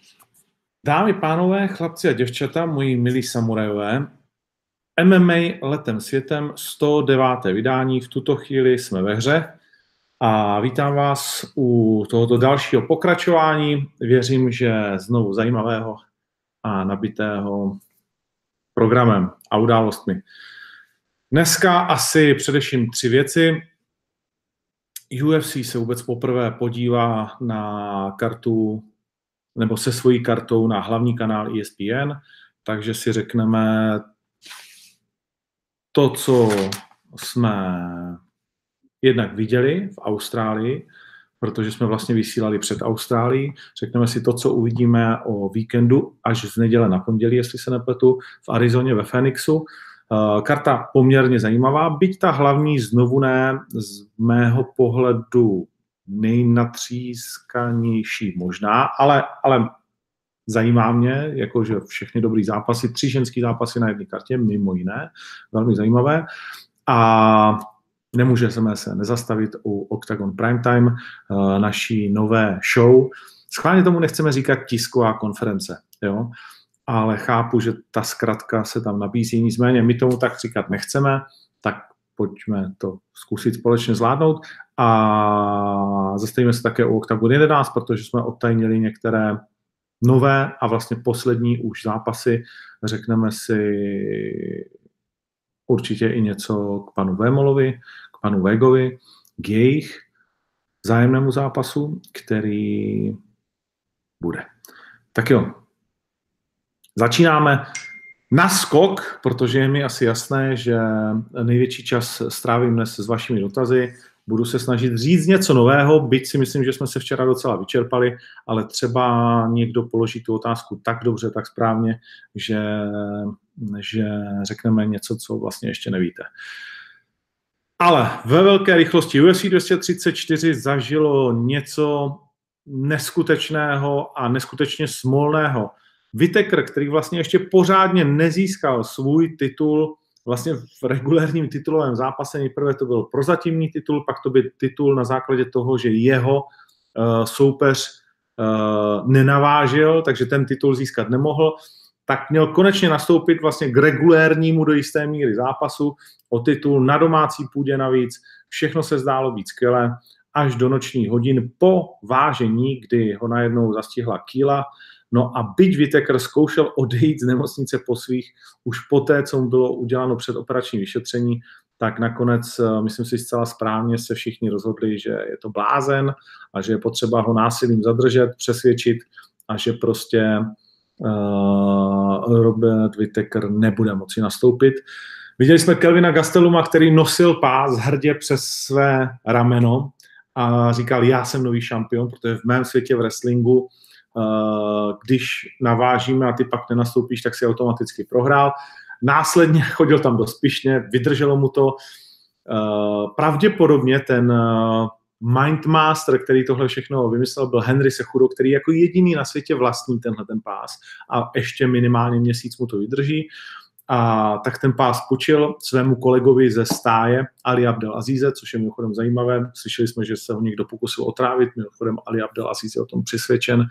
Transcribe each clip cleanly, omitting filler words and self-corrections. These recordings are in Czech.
Dámy, pánové, chlapci a děvčata, moji milí samurajové, MMA letem světem, 109. vydání, v tuto chvíli jsme ve hře a vítám vás u tohoto dalšího pokračování. Věřím, že znovu zajímavého a nabitého programem a událostmi. Dneska asi především 3 věci. UFC se vůbec poprvé podívá na kartu nebo se svojí kartou na hlavní kanál ESPN, takže si řekneme to, co jsme jednak viděli v Austrálii, protože jsme vlastně vysílali před Austrálií. Řekneme si to, co uvidíme o víkendu až z neděle na pondělí, jestli se nepletu, v Arizoně ve Phoenixu. Karta poměrně zajímavá, byť ta hlavní znovu ne, z mého pohledu nejnatřískanější možná, ale zajímá mě, jakože všechny dobrý zápasy, 3 ženský zápasy na jedné kartě, mimo jiné, velmi zajímavé. A nemůžeme se nezastavit u Octagon Primetime, naší nové show. Schválně tomu nechceme říkat tisková konference, jo? Ale chápu, že ta zkratka se tam nabízí, nicméně my tomu tak říkat nechceme, tak pojďme to zkusit společně zvládnout a zastavíme se také u Octagon 11, protože jsme odtajnili některé nové a vlastně poslední už zápasy. Řekneme si určitě i něco k panu Vémolovi, k panu Végovi, k jejich vzájemnému zápasu, který bude. Tak jo, začínáme na skok, protože je mi asi jasné, že největší čas strávím dnes s vašimi dotazy. Budu se snažit říct něco nového, byť si myslím, že jsme se včera docela vyčerpali, ale třeba někdo položí tu otázku tak dobře, tak správně, že řekneme něco, co vlastně ještě nevíte. Ale ve velké rychlosti UFC 234 zažilo něco neskutečného a neskutečně smolného. Whittaker, který vlastně ještě pořádně nezískal svůj titul vlastně v regulérním titulovém zápase, nejprve to byl prozatímní titul, pak to byl titul na základě toho, že jeho soupeř nenavážil, takže ten titul získat nemohl, tak měl konečně nastoupit vlastně k regulérnímu do jisté míry zápasu o titul na domácí půdě navíc. Všechno se zdálo být skvělé až do nočních hodin po vážení, kdy ho najednou zastihla kýla. No a byť Whittaker zkoušel odejít z nemocnice po svých už poté, co mu bylo uděláno předoperační vyšetření, tak nakonec, myslím si zcela správně, se všichni rozhodli, že je to blázen a že je potřeba ho násilím zadržet, přesvědčit a že prostě Robert Whittaker nebude moci nastoupit. Viděli jsme Kelvina Gasteluma, který nosil pás hrdě přes své rameno a říkal, já jsem nový šampion, protože v mém světě v wrestlingu když navážíme a ty pak nenastoupíš, tak si automaticky prohrál. Následně chodil tam dost pyšně, vydrželo mu to. Pravděpodobně ten Mindmaster, který tohle všechno vymyslel, byl Henry Cejudo, který jako jediný na světě vlastní tenhle ten pás a ještě minimálně měsíc mu to vydrží. A tak ten pás půjčil svému kolegovi ze stáje Ali Abdelazize, což je mimochodem zajímavé. Slyšeli jsme, že se ho někdo pokusil otrávit, mimochodem Ali Abdelaziz je o tom přesvědčen.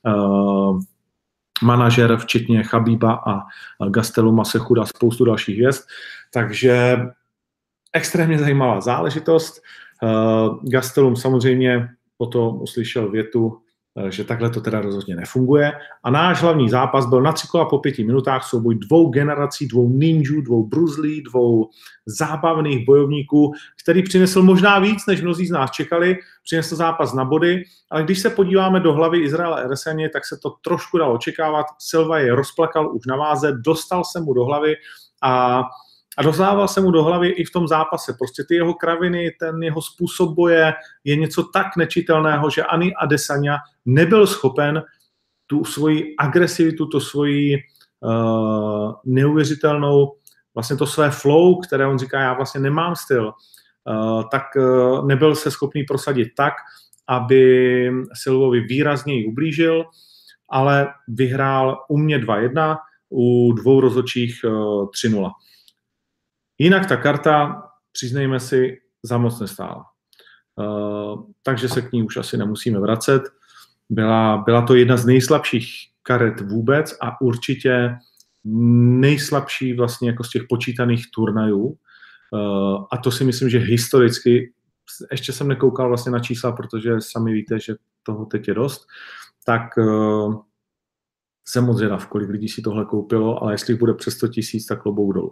Manažer, včetně Chabíba a Gasteluma, Cejuda, spoustu dalších hvězd. Takže extrémně zajímavá záležitost. Gastelum samozřejmě potom uslyšel větu, že takhle to teda rozhodně nefunguje. A náš hlavní zápas byl na 3 kola po 5 minutách, souboj 2 generací, 2 ninjů, 2 Bruce Lee, 2 zábavných bojovníků, který přinesl možná víc, než mnozí z nás čekali. Přinesl zápas na body, ale když se podíváme do hlavy Izraela Adesanya, tak se to trošku dalo očekávat. Silva je rozplakal už na váze, dostal se mu do hlavy a dostával se mu do hlavy i v tom zápase. Prostě ty jeho kraviny, ten jeho způsob boje je něco tak nečitelného, že ani Adesanya nebyl schopen tu svoji agresivitu, tu svoji neuvěřitelnou, vlastně to své flow, které on říká, já vlastně nemám styl, tak nebyl se schopný prosadit tak, aby Silvovi výrazněji ublížil, ale vyhrál u mě 2-1, u 2 rozhodčích 3-0. Jinak ta karta, přiznejme si, za moc nestála. Takže se k ní už asi nemusíme vracet. Byla to jedna z nejslabších karet vůbec a určitě nejslabší vlastně jako z těch počítaných turnajů. A to si myslím, že historicky, ještě jsem nekoukal vlastně na čísla, protože sami víte, že toho teď je dost, tak jsem moc zvědav, kolik lidí si tohle koupilo, ale jestli bude přes 100 000, tak klobouk dolů.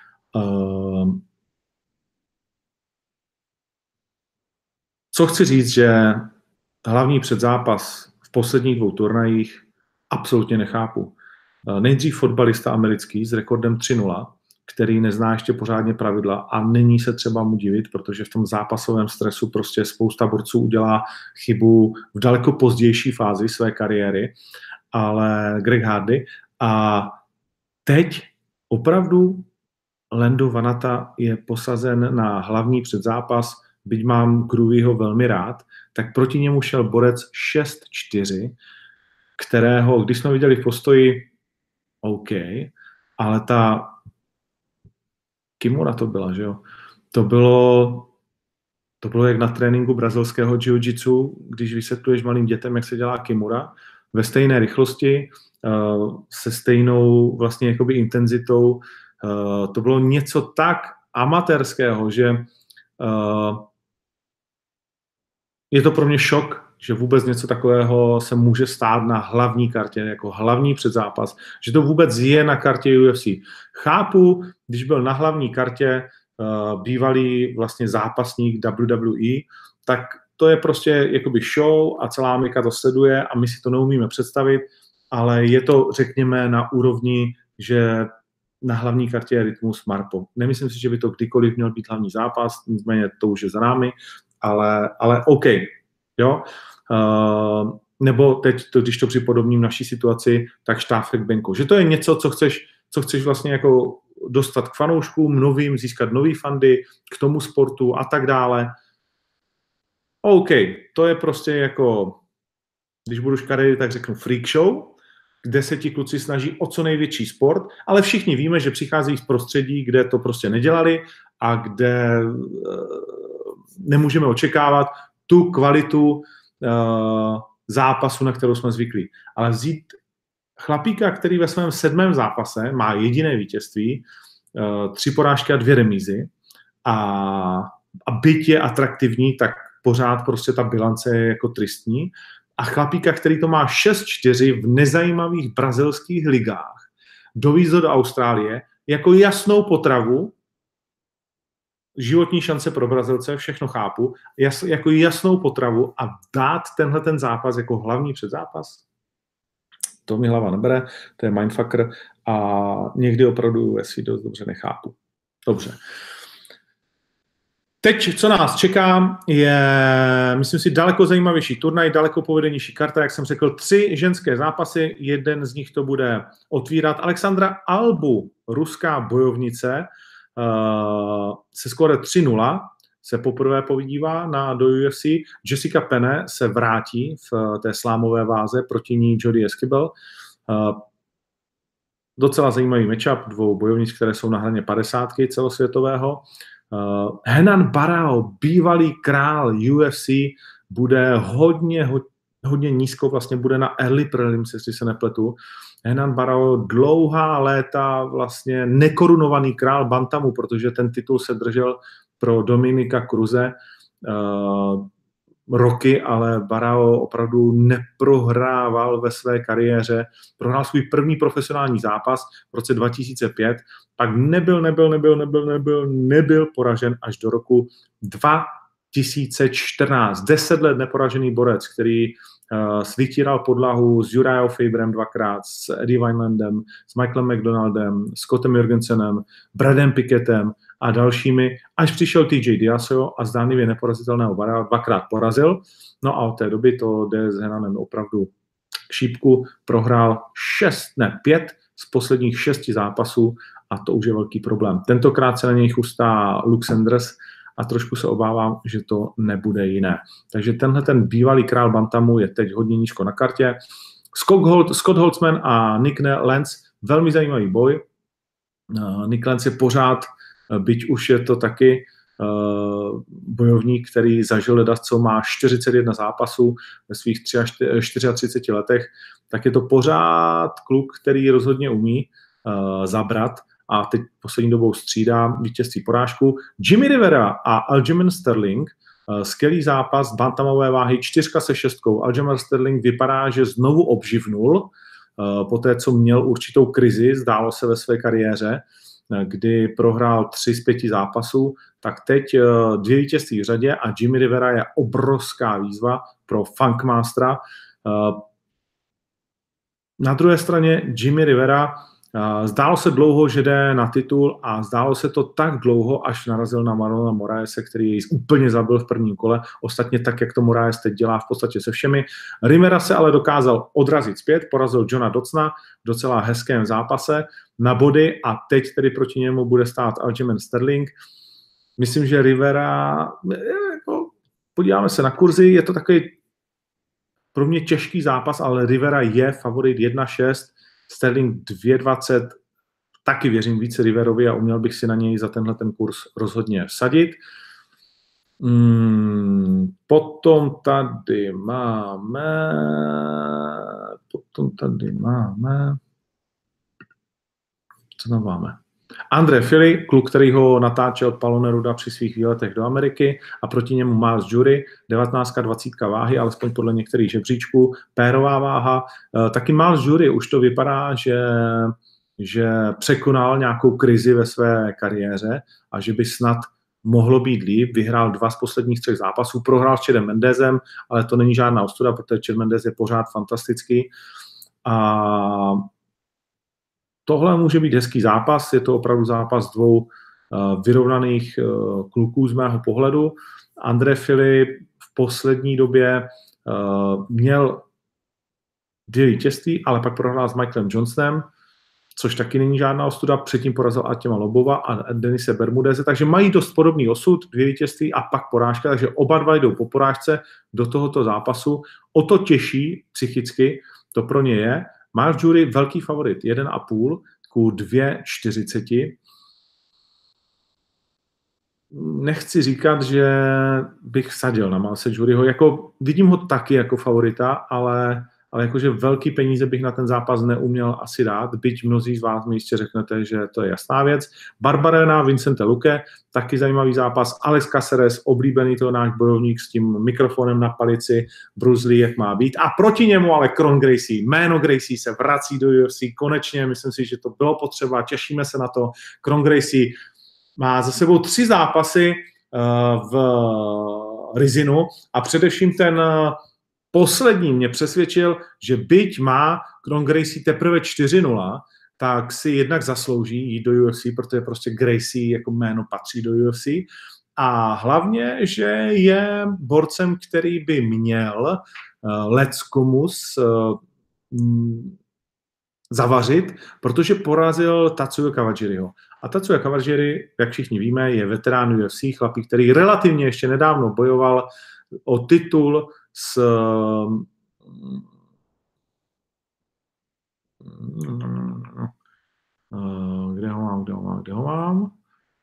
Co chci říct, že hlavní předzápas v posledních 2 turnajích absolutně nechápu. Nejdřív fotbalista americký s rekordem 3-0, který nezná ještě pořádně pravidla a není se třeba mu divit, protože v tom zápasovém stresu prostě spousta borců udělá chybu v daleko pozdější fázi své kariéry, ale Greg Hardy. A teď opravdu Lando Vannata je posazen na hlavní předzápas, byť mám Grooveyho velmi rád, tak proti němu šel borec 6-4, kterého, když jsme viděli v postoji, OK, ale ta Kimura to byla, že jo? To bylo jak na tréninku brazilského jiu-jitsu, když vysvětluješ malým dětem, jak se dělá Kimura, ve stejné rychlosti, se stejnou vlastně jakoby intenzitou. To bylo něco tak amatérského, že je to pro mě šok, že vůbec něco takového se může stát na hlavní kartě, jako hlavní předzápas, že to vůbec je na kartě UFC. Chápu, když byl na hlavní kartě bývalý vlastně zápasník WWE, tak to je prostě jakoby show a celá Amerika to sleduje a my si to neumíme představit, ale je to, řekněme, na úrovni, že na hlavní kartě je Rytmus Marpo. Nemyslím si, že by to kdykoliv měl být hlavní zápas, nicméně to už je za námi, ale OK, jo. Nebo teď, když to připodobním naší situaci, tak Štáfek Benko. Že to je něco, co chceš vlastně jako dostat k fanouškům novým, získat nový fandy k tomu sportu a tak dále. OK, to je prostě jako, když budu škaredý, tak řeknu freak show, kde se ti kluci snaží o co největší sport, ale všichni víme, že přichází z prostředí, kde to prostě nedělali a kde nemůžeme očekávat tu kvalitu zápasu, na kterou jsme zvyklí. Ale vzít chlapíka, který ve svém 7. zápase má jediné vítězství, 3 porážky a 2 remízy a byť je atraktivní, tak pořád prostě ta bilance je jako tristní. A chlapíka, který to má 6-4 v nezajímavých brazilských ligách, dovízt do Austrálie jako jasnou potravu, životní šance pro Brazilce, všechno chápu, jako jasnou potravu a dát tenhle ten zápas jako hlavní předzápas, to mi hlava nebere, to je mindfucker a někdy opravdu si dost dobře nechápu. Dobře. Teď, co nás čeká, je, myslím si, daleko zajímavější turnaj, daleko povedenější karta, jak jsem řekl, 3 ženské zápasy, jeden z nich to bude otvírat Alexandra Albu, ruská bojovnice, se skóre 3-0 se poprvé povidívá do UFC. Jessica Penne se vrátí v té slámové váze, proti ní Jodie Esquibel. Docela zajímavý matchup 2 bojovnic, které jsou na hraně 50 celosvětového. Henan Barao, bývalý král UFC, bude hodně nízko, vlastně bude na early prelims, jestli se nepletu. Henan Barao dlouhá léta vlastně nekorunovaný král bantamu, protože ten titul se držel pro Dominika Cruze roky, ale Barao opravdu neprohrával ve své kariéře. Prohrál svůj první profesionální zápas v roce 2005, pak nebyl poražen až do roku 2014. 10 let neporažený borec, který svítíral podlahu s Uriahou Faberem 2krát, s Eddie Winelandem, s Michaelem McDonaldem, Scottem Jurgensenem, Bradem Pickettem a dalšími, až přišel TJ Diasio a zdánlivě neporazitelného Barao 2krát porazil. No a od té doby to jde s Henanem opravdu k šípku. Prohrál 5 z posledních 6 zápasů a to už je velký problém. Tentokrát se na něj chustá Luke Sanders a trošku se obávám, že to nebude jiné. Takže tenhle ten bývalý král bantamu je teď hodně nízko na kartě. Scott Holtzman a Nick Lentz, velmi zajímavý boj. Nick Lentz je pořád, byť už je to taky bojovník, který zažil ledasco, má 41 zápasů ve svých 34 letech, tak je to pořád kluk, který rozhodně umí zabrat a teď poslední dobou střídá vítězství porážku. Jimmy Rivera a Aljamain Sterling, skvělý zápas, bantamové váhy 4-6. Aljamain Sterling vypadá, že znovu obživnul, po té, co měl určitou krizi, zdálo se ve své kariéře, kdy prohrál 3 z 5 zápasů, tak teď 2 vítězství v řadě a Jimmy Rivera je obrovská výzva pro Funkmastera. Na druhé straně Jimmy Rivera zdálo se dlouho, že jde na titul a zdálo se to tak dlouho, až narazil na Marlona Moraese, který jej úplně zabil v prvním kole. Ostatně tak, jak to Moraes teď dělá v podstatě se všemi. Rivera se ale dokázal odrazit zpět, porazil Johna Dodsona v docela hezkém zápase na body a teď tedy proti němu bude stát Aljamain Sterling. Myslím, že Rivera, podíváme se na kurzy, je to takový pro mě těžký zápas, ale Rivera je favorit 1,6, Sterling 2,20, taky věřím více Riverovi a uměl bych si na něj za tenhle ten kurz rozhodně vsadit. Potom tady máme, co tam máme? Andre Fili, kluk, který ho natáčel Paulo Neruda při svých výletech do Ameriky a proti němu Miles Jury, 19-20 váhy, alespoň podle některých žebříčků, pérová váha. Taky Miles Jury už to vypadá, že překonal nějakou krizi ve své kariéře a že by snad mohlo být líp. Vyhrál 2 z posledních 3 zápasů, prohrál s Chadem Mendezem, ale to není žádná ostuda, protože Chad Mendez je pořád fantastický. A tohle může být hezký zápas, je to opravdu zápas 2 vyrovnaných kluků z mého pohledu. Andre Fili v poslední době měl 2 vítězství, ale pak prohrál s Michaelem Johnsonem, což taky není žádná ostuda, předtím porazil Artěma Lobova a Denise Bermudeze, takže mají dost podobný osud, 2 vítězství a pak porážka, takže oba dva jdou po porážce do tohoto zápasu. O to těžší psychicky to pro ně je. Miles Jury velký favorit, 1,5 ku 2,40. Nechci říkat, že bych vsadil na Milese Juryho, jako vidím ho taky jako favorita, ale jakože velký peníze bych na ten zápas neuměl asi dát, byť mnozí z vás mi jistě řeknete, že to je jasná věc. Barbarena, Vincente Luque, taky zajímavý zápas. Alex Caceres, oblíbený to náš bojovník s tím mikrofonem na palici, Bruce Lee, jak má být. A proti němu ale Kron Gracie. Jméno Gracie se vrací do UFC konečně, myslím si, že to bylo potřeba, těšíme se na to. Kron Gracie má za sebou 3 zápasy v Rizinu a především ten poslední mě přesvědčil, že byť má Kron Gracie teprve 4-0, tak si jednak zaslouží jít do UFC, protože prostě Gracie jako jméno patří do UFC. A hlavně, že je borcem, který by měl leckomus zavařit, protože porazil Tatsuya Kawajiriho. A Tatsuya Kawajiri, jak všichni víme, je veterán UFC, chlapík, který relativně ještě nedávno bojoval o titul s kde ho mám?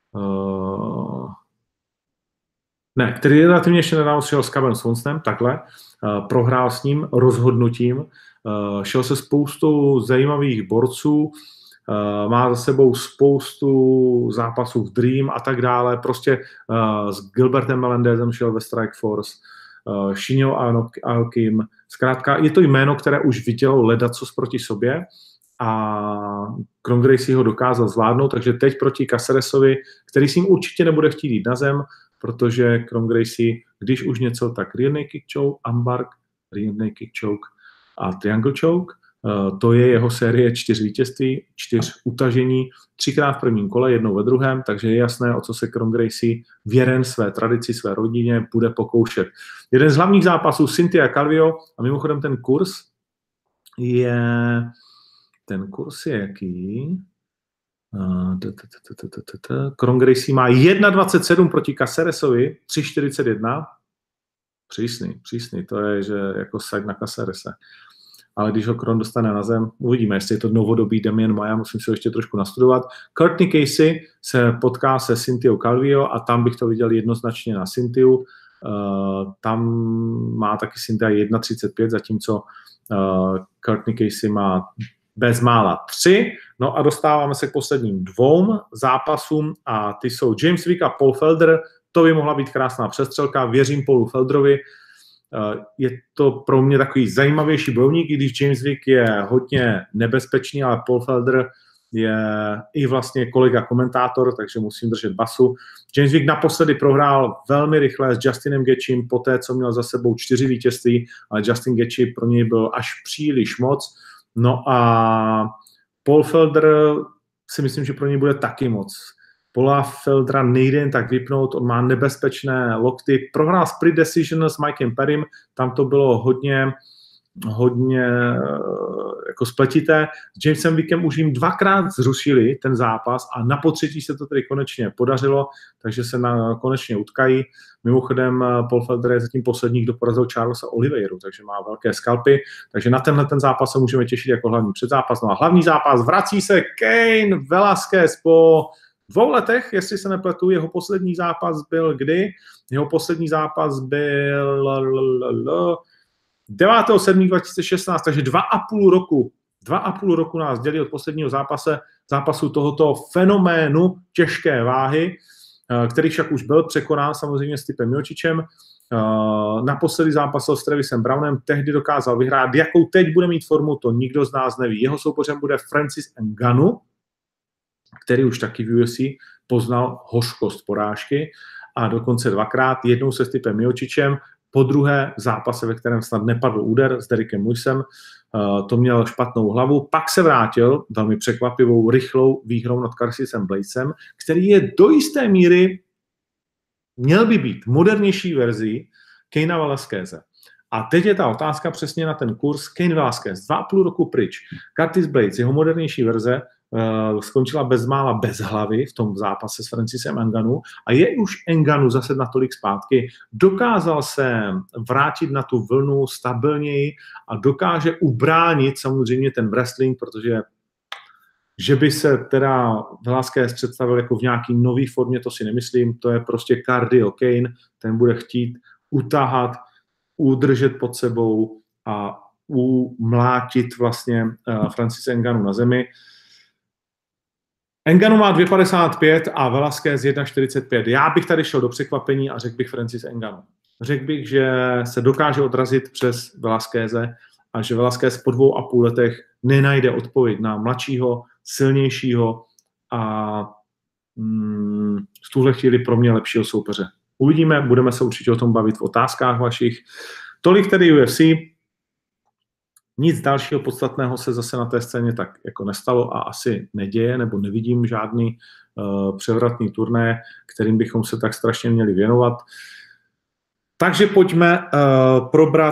Ne, který relativně ještě nedávno šel s Cubem Swansonem, takhle, prohrál s ním rozhodnutím, šel se spoustou zajímavých borců, má za sebou spoustu zápasů v Dream a tak dále, prostě s Gilbertem Melendezem šel ve Strikeforce, Shinyou Aokim, zkrátka je to jméno, které už vidělo ledacos proti sobě a Kron Gracie ho dokázal zvládnout, takže teď proti Caceresovi, který s ním určitě nebude chtít jít na zem, protože Kron Gracie, když už něco, tak rear naked choke, armbar, rear naked choke a triangle choke. To je jeho série 4 vítězství, 4 utažení, 3krát v prvním kole, 1 ve druhém, takže je jasné, o co se Kron Gracie věren své tradici, své rodině bude pokoušet. Jeden z hlavních zápasů Cynthia Calvillo a mimochodem ten kurz je jaký? Kron Gracie má 1,27 proti Caceresovi, 3,41. Přísný, to je, že jako saď na Cacerese. ale když ho Kron dostane na zem, uvidíme, jestli je to novodobý Demian Maia, musím si ho ještě trošku nastudovat. Courtney Casey se potká se Cynthiou Calvillo a tam bych to viděl jednoznačně na Cynthiu. Tam má taky Cynthia 1,35, zatímco Courtney Casey má bezmála 3. No a dostáváme se k posledním 2 zápasům a ty jsou James Vick a Paul Felder. To by mohla být krásná přestřelka, věřím Paulu Felderovi. Je to pro mě takový zajímavější bojovník, i když James Vick je hodně nebezpečný, ale Paul Felder je i vlastně kolega komentátor, takže musím držet basu. James Vick naposledy prohrál velmi rychle s Justinem Gaethjem poté, co měl za sebou 4 vítězství, ale Justin Gaethje pro něj byl až příliš moc. No a Paul Felder si myslím, že pro něj bude taky moc. Paula Feldera nejde jen tak vypnout, on má nebezpečné lokty. Prohrál split decision s Mikem Perrym, tam to bylo hodně jako spletité. S Jamesem Wickem už jim 2krát zrušili ten zápas a na potřetí se to tedy konečně podařilo, takže se konečně utkají. Mimochodem Paul Felder je zatím poslední, kdo porazil Charlesa Oliveiru, takže má velké skalpy, takže na tenhle ten zápas se můžeme těšit jako hlavní předzápas. No a hlavní zápas, vrací se Cain Velasquez po 2 letech, jestli se nepletu. Jeho poslední zápas byl kdy? Jeho poslední zápas byl 9.7.2016, takže 2,5 roku nás dělí od posledního zápasu tohoto fenoménu těžké váhy, který však už byl překonán samozřejmě s Stipem Miocičem. Naposledy zápasil s Travisem Brownem, tehdy dokázal vyhrát. Jakou teď bude mít formu, to nikdo z nás neví. Jeho soupeřem bude Francis Ngannou, který už taky v UFC poznal hořkost porážky a dokonce 2krát, jednou se Stipem Miocičem, po druhé v zápase, ve kterém snad nepadl úder s Derekem Lewisem, to měl špatnou hlavu, pak se vrátil velmi překvapivou, rychlou výhrou nad Curtisem Bladesem, který je do jisté míry, měl by být modernější verzí Caina Velasqueze. A teď je ta otázka přesně na ten kurz. Cain Velasquez, 2,5 roku pryč. Curtis Blaydes, jeho modernější verze, skončila bezmála bez hlavy v tom zápase s Francisem Ngannou a je už Ngannou zase natolik zpátky, dokázal se vrátit na tu vlnu stabilněji a dokáže ubránit samozřejmě ten wrestling, protože že by se teda Velasquez představil jako v nějaký nový formě, to si nemyslím, to je prostě cardio Cain, ten bude chtít utahat, udržet pod sebou a umlátit vlastně Francise Ngannou na zemi. Ngannou má 2,55 a Velasquez 1,45. Já bych tady šel do překvapení a řekl bych Francis Ngannou. Řekl bych, že se dokáže odrazit přes Velasqueze a že Velasquez po 2,5 letech nenajde odpověď na mladšího, silnějšího a v tuhle chvíli pro mě lepšího soupeře. Uvidíme, budeme se určitě o tom bavit v otázkách vašich. Tolik tedy UFC. Nic dalšího podstatného se zase na té scéně tak jako nestalo a asi neděje, nebo nevidím žádný převratný turné, kterým bychom se tak strašně měli věnovat. Takže pojďme probrat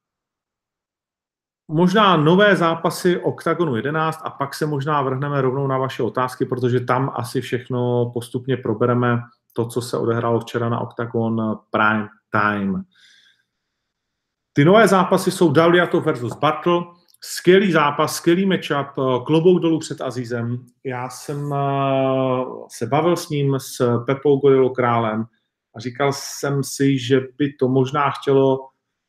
možná nové zápasy Octagonu 11 a pak se možná vrhneme rovnou na vaše otázky, protože tam asi všechno postupně probereme, to, co se odehrálo včera na Octagon Prime Time. Ty nové zápasy jsou Dalviato versus Bartle, skvělý zápas, skvělý matchup, klobouk dolů před Azizem. Já jsem se bavil s ním, s Pepou Gorilou Králem a říkal jsem si, že by to možná chtělo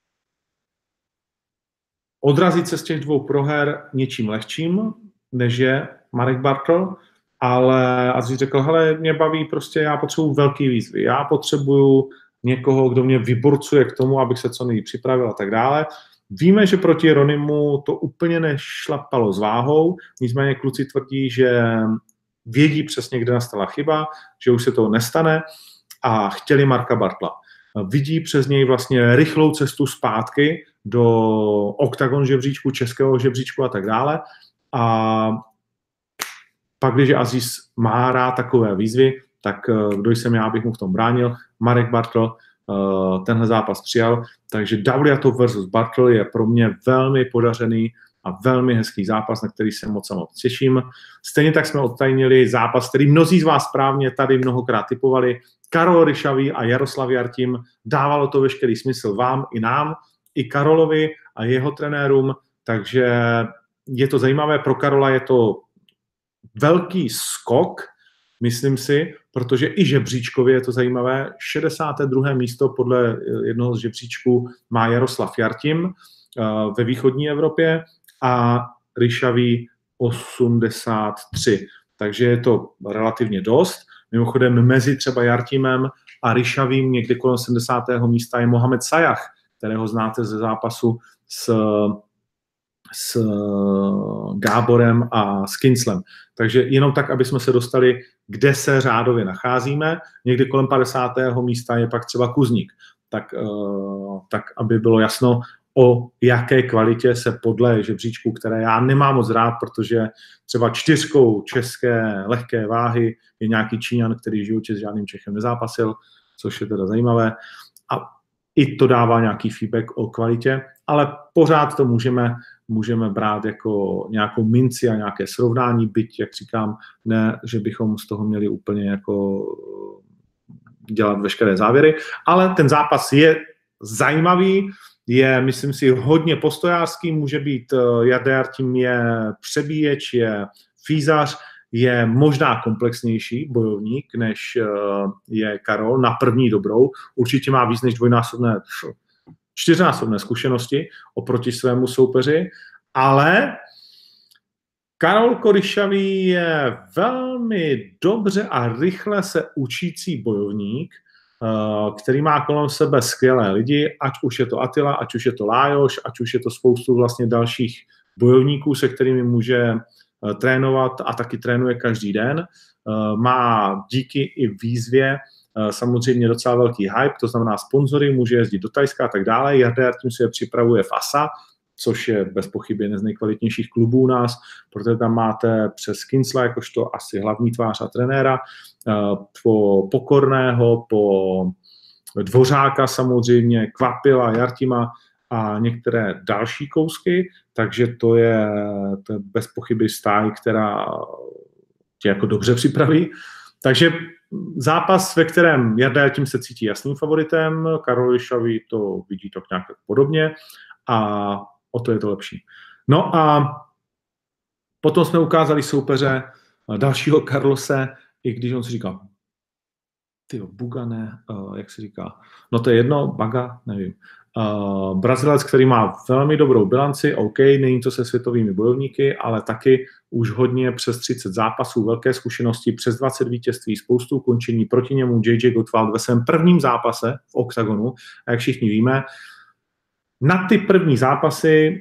odrazit se z těch 2 proher něčím lehčím, než je Marek Bartle, ale Aziz řekl, hele, mě baví prostě, já potřebuji velký výzvy, já potřebuju někoho, kdo mě vyburcuje k tomu, abych se co nejvíc připravil a tak dále. Víme, že proti Ronimu to úplně nešlapalo s váhou, nicméně kluci tvrdí, že vědí přesně, kde nastala chyba, že už se to nestane a chtěli Marka Bartla. Vidí přes něj vlastně rychlou cestu zpátky do Octagon žebříčku, českého žebříčku a tak dále. A pak, když Aziz má rád takové výzvy, tak kdo jsem já, bych mu v tom bránil. Marek Bartle tenhle zápas přijal, takže Dalviato versus Bartle je pro mě velmi podařený a velmi hezký zápas, na který se moc těším. Stejně tak jsme odtajnili zápas, který mnozí z vás správně tady mnohokrát typovali. Karol Ryšavý a Jaroslav Jartim, dávalo to veškerý smysl vám i nám, i Karolovi a jeho trenérům. takže je to zajímavé, pro Karola je to velký skok, myslím si, protože i žebříčkově je to zajímavé. 62. místo podle jednoho z žebříčků má Jaroslav Jartim ve východní Evropě a Ryšavý 83. Takže je to relativně dost. Mimochodem mezi třeba Jartimem a Ryšavým někdy kolem 70. místa je Mohamed Sajach, kterého znáte ze zápasu s Gáborem a s Kinslem. Takže jenom tak, aby jsme se dostali, kde se řádově nacházíme. Někdy kolem 50. místa je pak třeba Kuzník. Tak aby bylo jasno, o jaké kvalitě se podle žebříčku, které já nemám moc rád, protože třeba 4 české lehké váhy je nějaký Číňan, který v životě s žádným Čechem nezápasil, což je teda zajímavé. A i to dává nějaký feedback o kvalitě, ale pořád to můžeme brát jako nějakou minci a nějaké srovnání, byť, jak říkám, ne, že bychom z toho měli úplně jako dělat veškeré závěry, ale ten zápas je zajímavý, je, myslím si, hodně postojářský, může být Jardim je přebíječ, je fízař, je možná komplexnější bojovník, než je Karol na první dobrou. Určitě má víc než čtyřnásobné zkušenosti oproti svému soupeři, ale Karol Koryšavý je velmi dobře a rychle se učící bojovník, který má kolem sebe skvělé lidi, ať už je to Attila, ať už je to Lájoš, ať už je to spoustu vlastně dalších bojovníků, se kterými může trénovat a taky trénuje každý den. Má díky i výzvě samozřejmě docela velký hype, to znamená sponzory, může jezdit do Tajska a tak dále. Jardim si je připravuje v ASA, což je bez pochyby jeden z nejkvalitnějších klubů u nás, protože tam máte přes Kinsla, jakožto asi hlavní tvář a trenéra, po Pokorného, po Dvořáka samozřejmě, Kvapila, Jartima a některé další kousky, takže to je bez pochyby stáj, která tě jako dobře připraví. Takže zápas, ve kterém Jardim se cítí jasným favoritem, Karol Ryšavý to vidí tak nějak podobně a o to je to lepší. No a potom jsme ukázali soupeře dalšího Carlose, i když on si říká, Buga ne, jak se říká, no to je jedno, Baga, nevím. Brazilec, který má velmi dobrou bilanci, OK, není to se světovými bojovníky, ale taky už hodně přes 30 zápasů, velké zkušenosti, přes 20 vítězství, spoustu ukončení, proti němu JJ Gottwald ve svém prvním zápase v oktagonu, a jak všichni víme, na ty první zápasy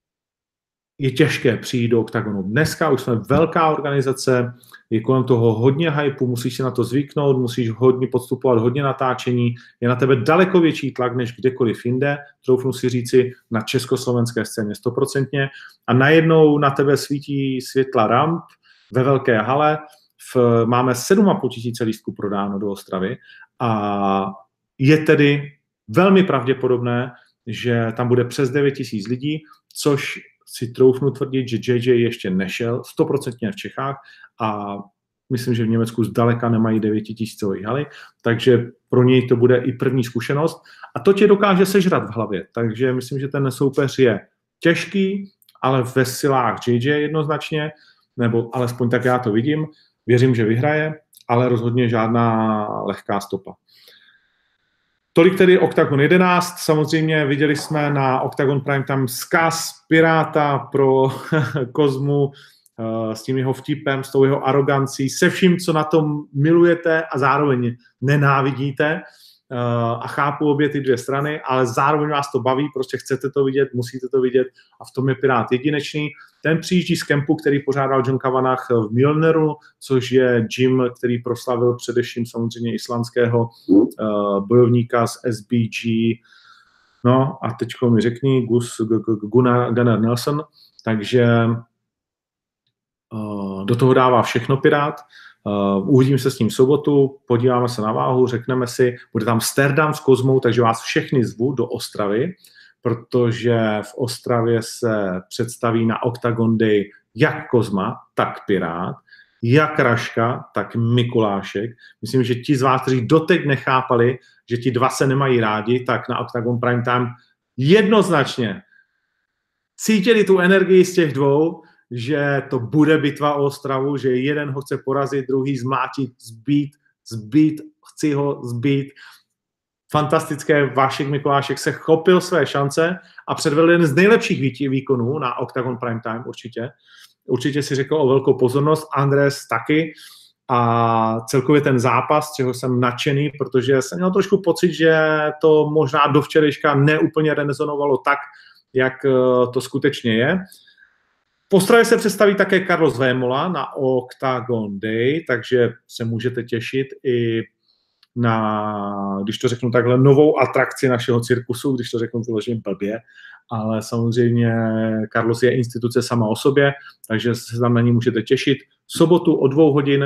je těžké přijít do oktagonu. Dneska už jsme velká organizace, je kolem toho hodně hypu, musíš si na to zvyknout, musíš hodně podstupovat, hodně natáčení, je na tebe daleko větší tlak než kdekoliv jinde, troufnu si říci na československé scéně 100%, a najednou na tebe svítí světla ramp ve velké hale, máme 7,5 tisíce lístků prodáno do Ostravy a je tedy velmi pravděpodobné, že tam bude přes 9 tisíc lidí, což si troufnu tvrdit, že JJ ještě nešel 100% v Čechách a myslím, že v Německu zdaleka nemají 9 tisícové haly, takže pro něj to bude i první zkušenost a to tě dokáže sežrat v hlavě, takže myslím, že ten soupeř je těžký, ale ve silách JJ jednoznačně, nebo alespoň tak já to vidím, věřím, že vyhraje, ale rozhodně žádná lehká stopa. Tolik tedy Octagon 11, samozřejmě viděli jsme na Octagon Prime tam vzkaz Piráta pro Kozmu s tím jeho vtipem, s tou jeho arogancí, se vším, co na tom milujete a zároveň nenávidíte a chápu obě ty dvě strany, ale zároveň vás to baví, prostě chcete to vidět, musíte to vidět a v tom je Pirát jedinečný. Ten přijíždí z kempu, který pořádal John Kavanagh v Milneru, což je gym, který proslavil především samozřejmě islandského bojovníka z SBG. No a teďko mi řekni Gunnar Nelson, takže do toho dává všechno Pirát. Uvidím se s ním v sobotu, podíváme se na váhu, řekneme si, bude tam Sterdam s Kozmou, takže vás všechny zvu do Ostravy, protože v Ostravě se představí na Octagon Day jak Kozma, tak Pirát, jak Raška, tak Mikulášek. Myslím, že ti z vás, kteří doteď nechápali, že ti dva se nemají rádi, tak na Octagon Prime Time jednoznačně cítili tu energii z těch dvou, že to bude bitva o Ostravu, že jeden ho chce porazit, druhý zmlátit, zbít, chci ho zbít. Fantastické, Vašek Mikulášek se chopil své šance a předvedl jeden z nejlepších výkonů na Octagon Prime Time určitě. Určitě si řekl o velkou pozornost, Andres taky a celkově ten zápas, čeho jsem nadšený, protože jsem měl trošku pocit, že to možná do včerejška neúplně rezonovalo tak, jak to skutečně je. Po Ostravě se představí také Carlos Vémola na Octagon Day, takže se můžete těšit i na, když to řeknu takhle, novou atrakci našeho cirkusu, když to řeknu vyloženě blbě, ale samozřejmě Carlos je instituce sama o sobě, takže se tam na ní můžete těšit. V sobotu o 2 hodin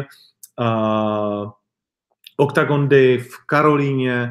Octagon Day v Karolíně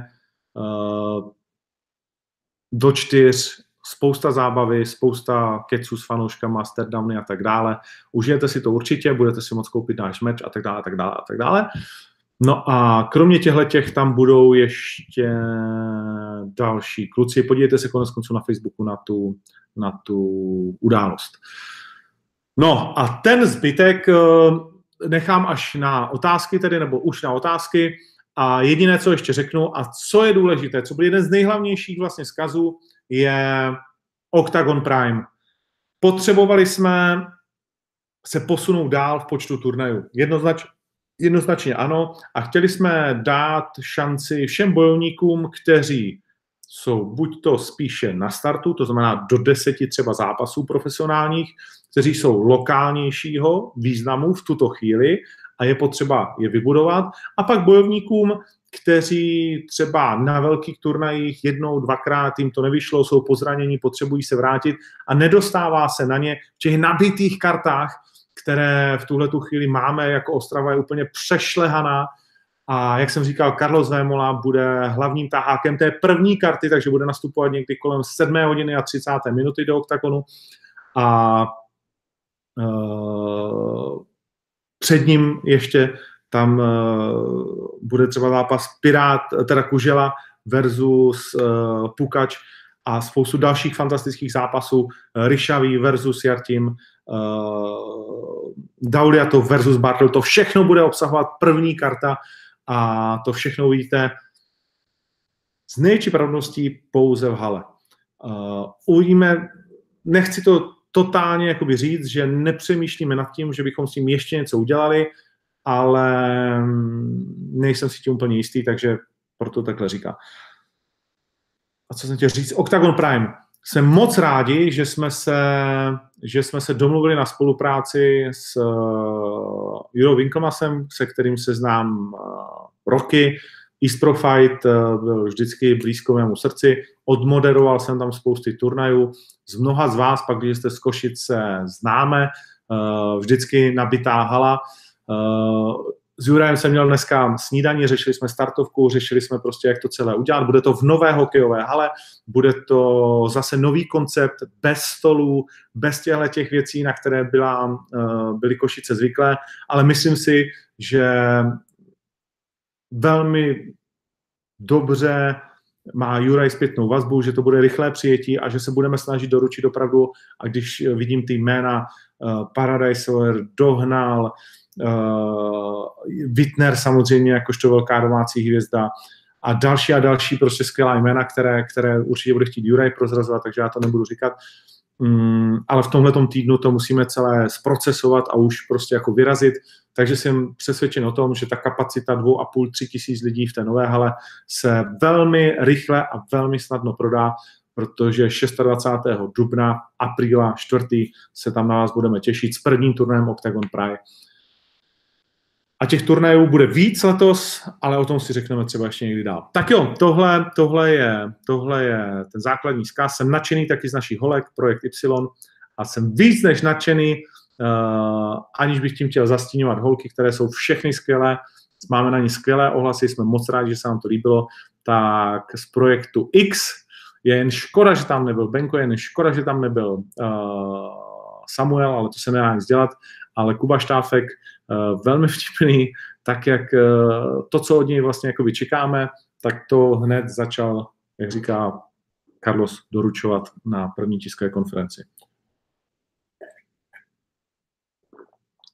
do 4, spousta zábavy, spousta keců s fanouškama, stardowny a tak dále. Užijete si to určitě, budete si moct koupit náš merch a tak dále, a tak dále, a tak dále. No a kromě těchto tam budou ještě další kluci. Podívejte se koneckonců na Facebooku na tu událost. No a ten zbytek nechám až na otázky tedy, nebo už na otázky. A jediné, co ještě řeknu a co je důležité, co byl jeden z nejhlavnějších vlastně vzkazů, je Octagon Prime. Potřebovali jsme se posunout dál v počtu turnajů. Jednoznačně ano. A chtěli jsme dát šanci všem bojovníkům, kteří jsou buď to spíše na startu, to znamená do 10 třeba zápasů profesionálních, kteří jsou lokálnějšího významu v tuto chvíli a je potřeba je vybudovat. A pak bojovníkům, kteří třeba na velkých turnajích jednou, dvakrát jim to nevyšlo, jsou pozranění, potřebují se vrátit a nedostává se na ně v těch nabitých kartách, které v tuhletu chvíli máme, jako Ostrava je úplně přešlehaná. A jak jsem říkal, Carlos Vémola bude hlavním tahákem té první karty, takže bude nastupovat někdy kolem 7:30 do Octagonu. A před ním ještě tam bude třeba zápas teda Kužela versus Pukač a spoustu dalších fantastických zápasů. Ryšavý versus Jartim, Dauliato versus Bartel, to všechno bude obsahovat první karta a to všechno uvidíte s největší pravděpodobností pouze v hale. Uvidíme, nechci to totálně jakoby říct, že nepřemýšlíme nad tím, že bychom s tím ještě něco udělali, ale nejsem si tím úplně jistý, takže proto takhle říkám. A co jsem chtěl říct? Octagon Prime. Jsem moc rádi, že jsme se domluvili na spolupráci s Jurou Winkelmasem, se kterým se znám roky. East Pro Fight byl vždycky blízko mému srdci. Odmoderoval jsem tam spousty turnajů. Z mnoha z vás, pak když jste z Košic, se známe. Vždycky nabitá hala. S Jurajem jsem měl dneska snídaní, řešili jsme startovku, řešili jsme prostě, jak to celé udělat. Bude to v nové hokejové hale, bude to zase nový koncept, bez stolů, bez těch věcí, na které byly Košice zvyklé, ale myslím si, že velmi dobře má Juraj zpětnou vazbu, že to bude rychlé přijetí a že se budeme snažit doručit opravdu, a když vidím ty jména Paradise Dohnal, Wittner samozřejmě jakožto velká domácí hvězda a další prostě skvělá jména, které určitě bude chtít Juraj prozrazovat, takže já to nebudu říkat. Ale v tomhletom týdnu to musíme celé zprocesovat a už prostě jako vyrazit, takže jsem přesvědčen o tom, že ta kapacita 2,5–3 tisíc lidí v té nové hale se velmi rychle a velmi snadno prodá, protože 26. dubna, apríla 4. se tam na vás budeme těšit s prvním turnajem Octagon Prime. A těch turnajů bude víc letos, ale o tom si řekneme třeba ještě někdy dál. Tak jo, tohle je ten základní vzkaz. Jsem nadšený taky z našich holek, Projekt Y, a jsem víc než nadšený, aniž bych tím chtěl zastíňovat holky, které jsou všechny skvělé. Máme na ní skvělé ohlasy, jsme moc rádi, že se nám to líbilo. Tak z Projektu X je jen škoda, že tam nebyl Benko, je jen škoda, že tam nebyl Samuel, ale to se nedá nic dělat. Ale Kuba Štáfek, velmi vtipný, tak jak to, co od něj vlastně jakoby čekáme, tak to hned začal, jak říká Carlos, doručovat na první tiskové konferenci.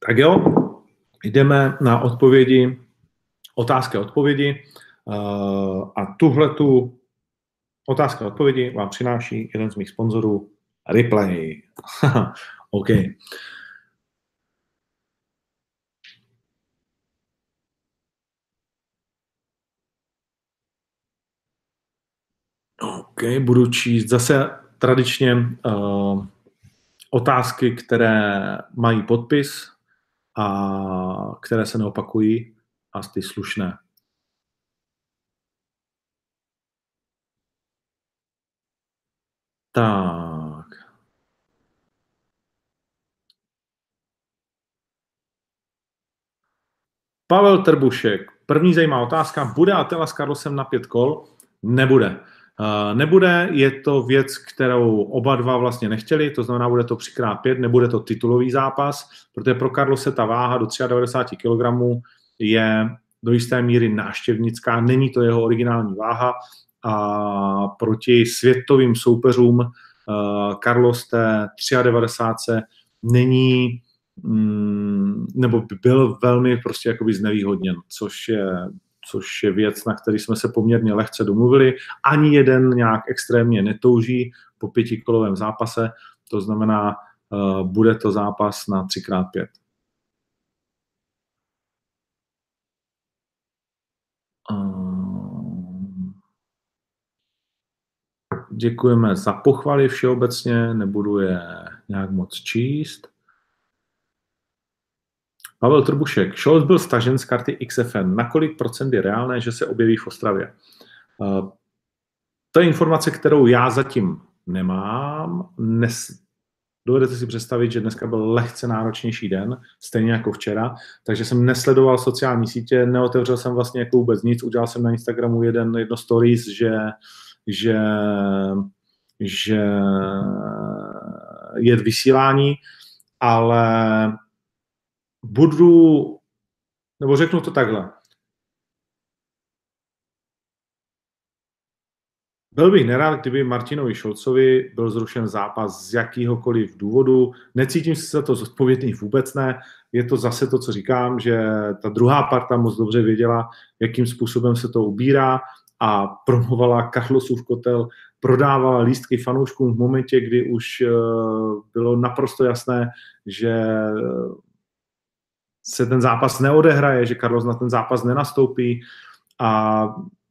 Tak jo, jdeme na odpovědi, otázky a odpovědi. A tuhletu otázka a odpovědi vám přináší jeden z mých sponzorů, Replay. OK. OK, budu číst zase tradičně otázky, které mají podpis a které se neopakují a ty slušné. Tak. Pavel Trbušek. První zajímavá otázka. Bude Attila s Carlosem na 5 kol? Nebude. Nebude, je to věc, kterou oba dva vlastně nechtěli, to znamená, bude to 3x5, nebude to titulový zápas, protože pro Carlose ta váha do 93 kg je do jisté míry návštěvnická, není to jeho originální váha a proti světovým soupeřům Carlos té 93 není, nebo by byl velmi prostě jakoby znevýhodněn, což je věc, na který jsme se poměrně lehce domluvili. Ani jeden nějak extrémně netouží po 5kolovém zápase, to znamená, bude to zápas na 3x5. Děkujeme za pochvaly všeobecně, nebudu je nějak moc číst. Pavel Trbušek. Scholz byl stažen z karty XFN. Na kolik procent je reálné, že se objeví v Ostravě? To je informace, kterou já zatím nemám. Dovedete si představit, že dneska byl lehce náročnější den, stejně jako včera, takže jsem nesledoval sociální sítě, neotevřel jsem vlastně jako vůbec nic, udělal jsem na Instagramu jedno stories, že je vysílání, ale řeknu to takhle. Byl bych nerad, kdyby Martinovi Scholzovi byl zrušen zápas z jakýhokoliv důvodu. Necítím se za to zodpovědný, vůbec ne. Je to zase to, co říkám, že ta druhá parta moc dobře věděla, jakým způsobem se to ubírá a promovala Carlosův kotel, prodávala lístky fanouškům v momentě, kdy už bylo naprosto jasné, že se ten zápas neodehraje, že Carlos na ten zápas nenastoupí a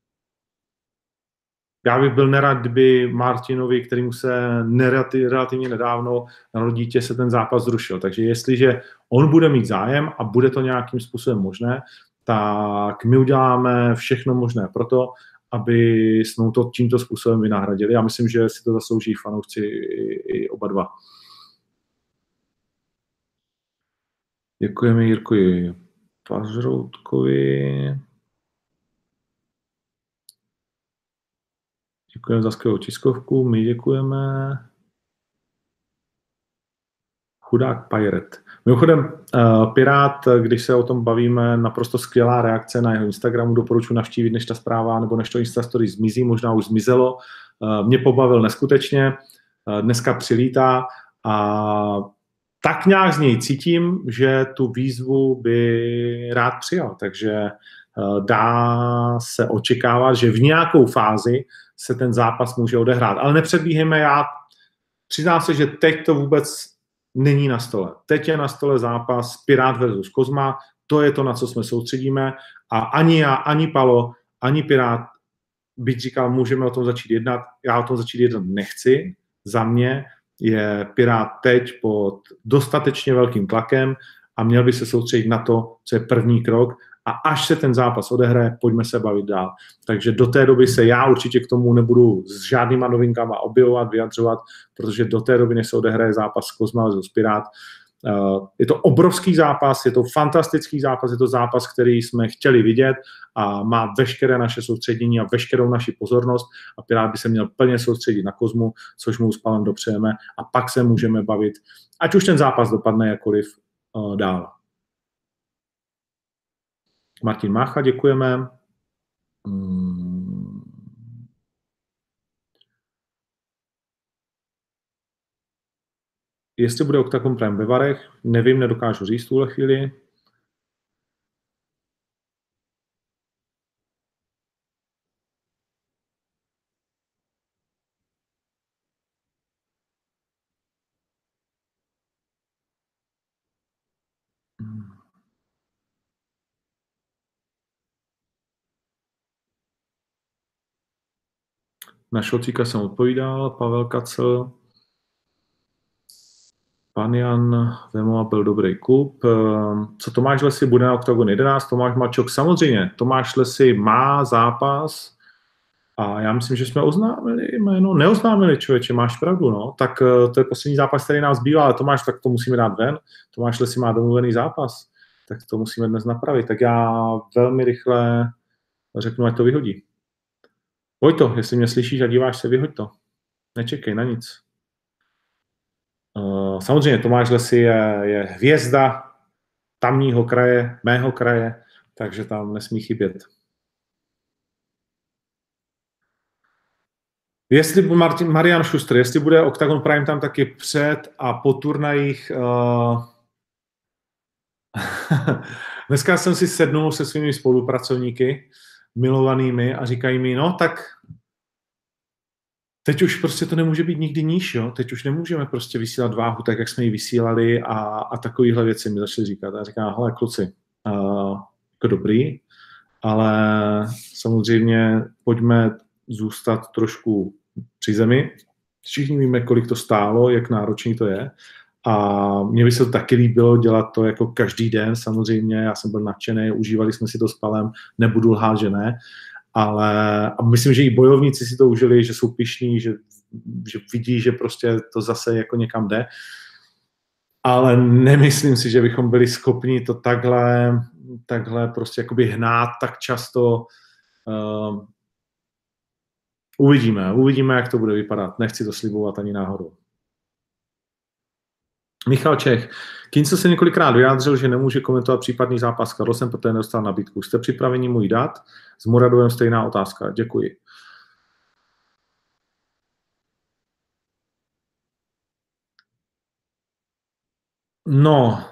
já bych byl nerad, kdyby Martinovi, kterému se relativně nedávno narodilo dítě, se ten zápas zrušil. Takže jestliže on bude mít zájem a bude to nějakým způsobem možné, tak my uděláme všechno možné pro to, aby jsme to tímto způsobem vynahradili. Já myslím, že si to zaslouží fanoušci i oba dva. Děkujeme Jirkovi Pažroutkovi. Děkujeme za skvělou tiskovku, my děkujeme. Chudák Pirate. Mimochodem, Pirát, když se o tom bavíme, naprosto skvělá reakce na jeho Instagramu, doporučuji navštívit, než ta zpráva, nebo než to Instastory zmizí, možná už zmizelo. Mě pobavil neskutečně, dneska přilítá a tak nějak z něj cítím, že tu výzvu by rád přijal, takže dá se očekávat, že v nějakou fázi se ten zápas může odehrát. Ale nepředbíhejme, já přiznám se, že teď to vůbec není na stole. Teď je na stole zápas Pirát versus Kozma, to je to, na co jsme soustředíme a ani já, ani Palo, ani Pirát, byť říkal, můžeme o tom začít jednat, já o tom začít jednat nechci. Za mě je Pirát teď pod dostatečně velkým tlakem a měl by se soustředit na to, co je první krok a až se ten zápas odehraje, pojďme se bavit dál. Takže do té doby se já určitě k tomu nebudu s žádnýma novinkama objevovat, vyjadřovat, protože do té doby, než se odehraje zápas Kozma versus Pirát, je to obrovský zápas, je to fantastický zápas, je to zápas, který jsme chtěli vidět a má veškeré naše soustředění a veškerou naši pozornost a Pirát by se měl plně soustředit na Kozmu, což mu s Palem dopřejeme a pak se můžeme bavit, ať už ten zápas dopadne jakkoliv dál. Martin Mácha, děkujeme. jestli bude Octagon Prime ve Varech, nevím, nedokážu říct v tuhle chvíli. Na Šlocíka jsem odpovídal, Pavel Kacel, pan Jan Vemo byl dobrý kup. Co Tomáš Lesy bude na Octagon 11? Tomáš Mačok, samozřejmě. Tomáš Lesy má zápas a já myslím, že jsme oznámili jméno. Neoznámili, člověče, máš pravdu, no. Tak to je poslední zápas, který nám zbývá, ale Tomáš, tak to musíme dát ven. Tomáš Lesy má domluvený zápas, tak to musíme dnes napravit. Tak já velmi rychle řeknu, ať to vyhodí. Vojto, jestli mě slyšíš a díváš se, vyhoď to. Nečekej na nic. Samozřejmě Tomáš Lesy je hvězda tamního kraje, mého kraje, takže tam nesmí chybět. Jestli Marian Schuster, jestli bude Octagon Prime tam taky před a po turnajích. Dneska jsem si sednul se svými spolupracovníky, milovanými, a říkají mi, no tak teď už prostě to nemůže být nikdy níž, jo? Teď už nemůžeme prostě vysílat váhu tak, jak jsme ji vysílali a takovýhle věci mi začali říkat. A říkám, hele kluci, jako dobrý, ale samozřejmě pojďme zůstat trošku při zemi. Všichni víme, kolik to stálo, jak náročný to je. A mně by se to taky líbilo dělat to jako každý den, samozřejmě. Já jsem byl nadšený, užívali jsme si to s Palem, nebudu lhát, že ne. Ale a myslím, že i bojovníci si to užili, že jsou pyšní, že vidí, že prostě to zase jako někam jde. Ale nemyslím si, že bychom byli schopni to takhle prostě jakoby hnát tak často. Uvidíme, jak to bude vypadat. Nechci to slibovat ani náhodou. Michal Čech. Kinco se několikrát vyjádřil, že nemůže komentovat případný zápas s Carlosem, protože nedostal nabídku. Jste připraveni mu ji dát? S Muradovem stejná otázka. Děkuji. No,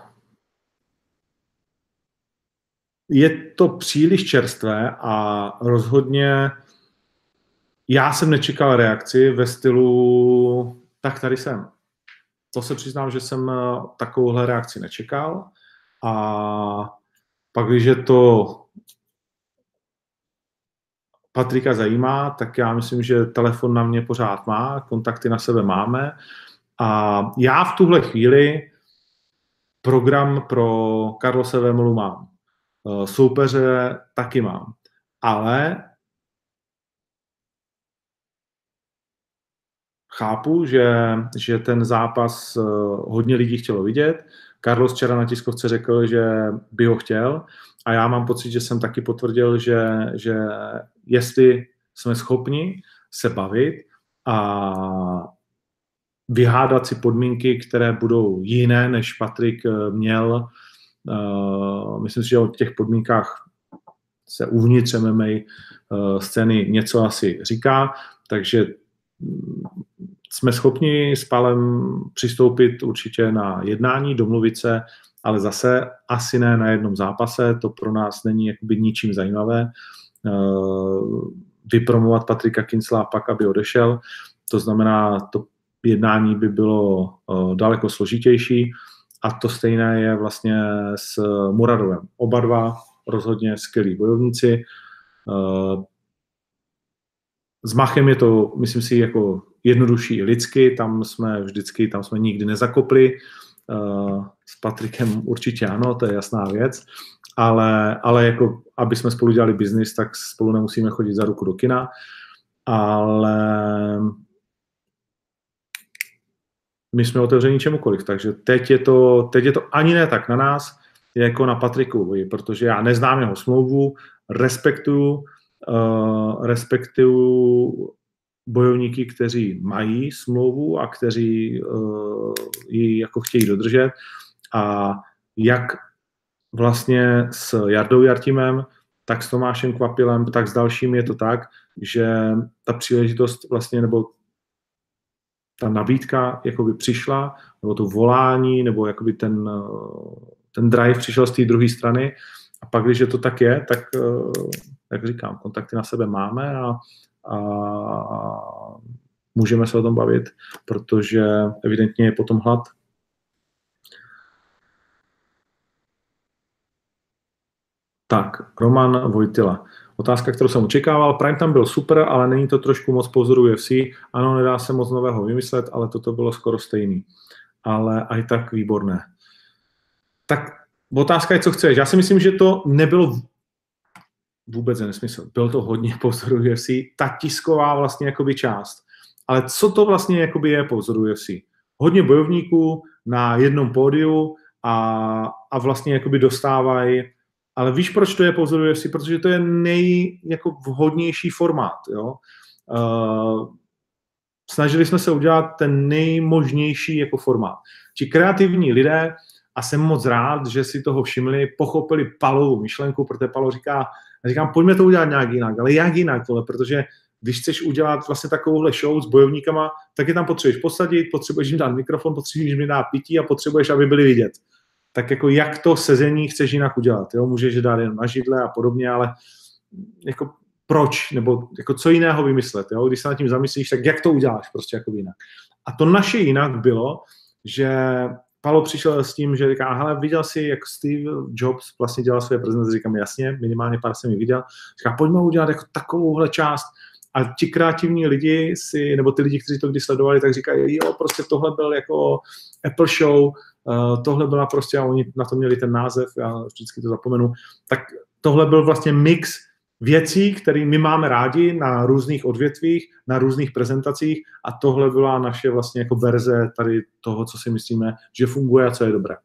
je to příliš čerstvé a rozhodně já jsem nečekal reakci ve stylu tak tady jsem. To se přiznám, že jsem takovouhle reakci nečekal a pak, když to Patrika zajímá, tak já myslím, že telefon na mě pořád má, kontakty na sebe máme a já v tuhle chvíli program pro Carlose Vémolu mám. Soupeře taky mám. Ale chápu, že ten zápas hodně lidí chtělo vidět. Carlos včera na tiskovce řekl, že by ho chtěl a já mám pocit, že jsem taky potvrdil, že jestli jsme schopni se bavit a vyhádat si podmínky, které budou jiné, než Patrik měl. Myslím si, že o těch podmínkách se uvnitř MMA scény něco asi říká, takže jsme schopni s Palem přistoupit určitě na jednání, domluvit se, ale zase asi ne na jednom zápase, to pro nás není jakoby ničím zajímavé. Vypromovat Patrika Kincla pak, aby odešel, to znamená, to jednání by bylo daleko složitější a to stejné je vlastně s Muradovem. Oba dva rozhodně skvělí bojovníci. S Machem je to, myslím si, jako jednodušší i lidsky, tam jsme nikdy nezakopli. S Patrikem určitě ano, to je jasná věc, ale jako, aby jsme spolu dělali biznis, tak spolu nemusíme chodit za ruku do kina, ale my jsme otevření čemukoliv, takže teď je to ani ne tak na nás, jako na Patrikovi, protože já neznám jeho smlouvu, respektuju bojovníky, kteří mají smlouvu a kteří ji jako chtějí dodržet. A jak vlastně s Jardou Jartimem, tak s Tomášem Kvapilem, tak s dalšími je to tak, že ta příležitost vlastně, nebo ta nabídka jakoby přišla, nebo to volání, nebo jakoby ten drive přišel z té druhé strany. A pak, když to tak je, tak, jak říkám, kontakty na sebe máme a můžeme se o tom bavit, protože evidentně je potom hlad. Tak, Roman Vojtila. Otázka, kterou jsem očekával. Prime tam byl super, ale není to trošku moc po vzoru UFC. Ano, nedá se moc nového vymyslet, ale toto bylo skoro stejný. Ale aj tak výborné. Tak otázka je, co chceš. Já si myslím, že to nebylo vůbec nesmysl. Bylo to hodně po vzoru UFC. Ta tisková vlastně jakoby část. Ale co to vlastně jakoby je po vzoru UFC? Hodně bojovníků na jednom pódiu a vlastně jakoby dostávají. Ale víš, proč to je po vzoru UFC? Protože to je nejvhodnější formát. Jo? Snažili jsme se udělat ten nejmožnější jako formát. Ti kreativní lidé, a jsem moc rád, že si toho všimli, pochopili Palovu myšlenku, protože Palo říkám, pojďme to udělat nějak jinak. Ale jak jinak, tohle? Protože když chceš udělat vlastně takovouhle show s bojovníkama, tak je tam potřebuješ posadit, potřebuješ jim dát mikrofon, potřebuješ jim dát pití a potřebuješ, aby byli vidět. Tak jako jak to sezení chceš jinak udělat. Jo? Můžeš dát jen na židle a podobně, ale jako proč? Nebo jako co jiného vymyslet? Jo? Když se nad tím zamyslíš, tak jak to uděláš prostě jako jinak? A to naše jinak bylo, že Palo přišel s tím, že říká, hele, viděl jsi, jak Steve Jobs vlastně dělal své prezentace, říkám, jasně, minimálně pár jsem ji viděl. Říká, pojďme udělat jako takovouhle část. A ti kreativní lidi nebo ty lidi, kteří to kdy sledovali, tak říkají, jo, prostě tohle byl jako Apple show, tohle byla prostě, a oni na to měli ten název, já vždycky to zapomenu, tak tohle byl vlastně mix věcí, které my máme rádi na různých odvětvích, na různých prezentacích a tohle byla naše vlastně jako verze tady toho, co si myslíme, že funguje a co je dobré.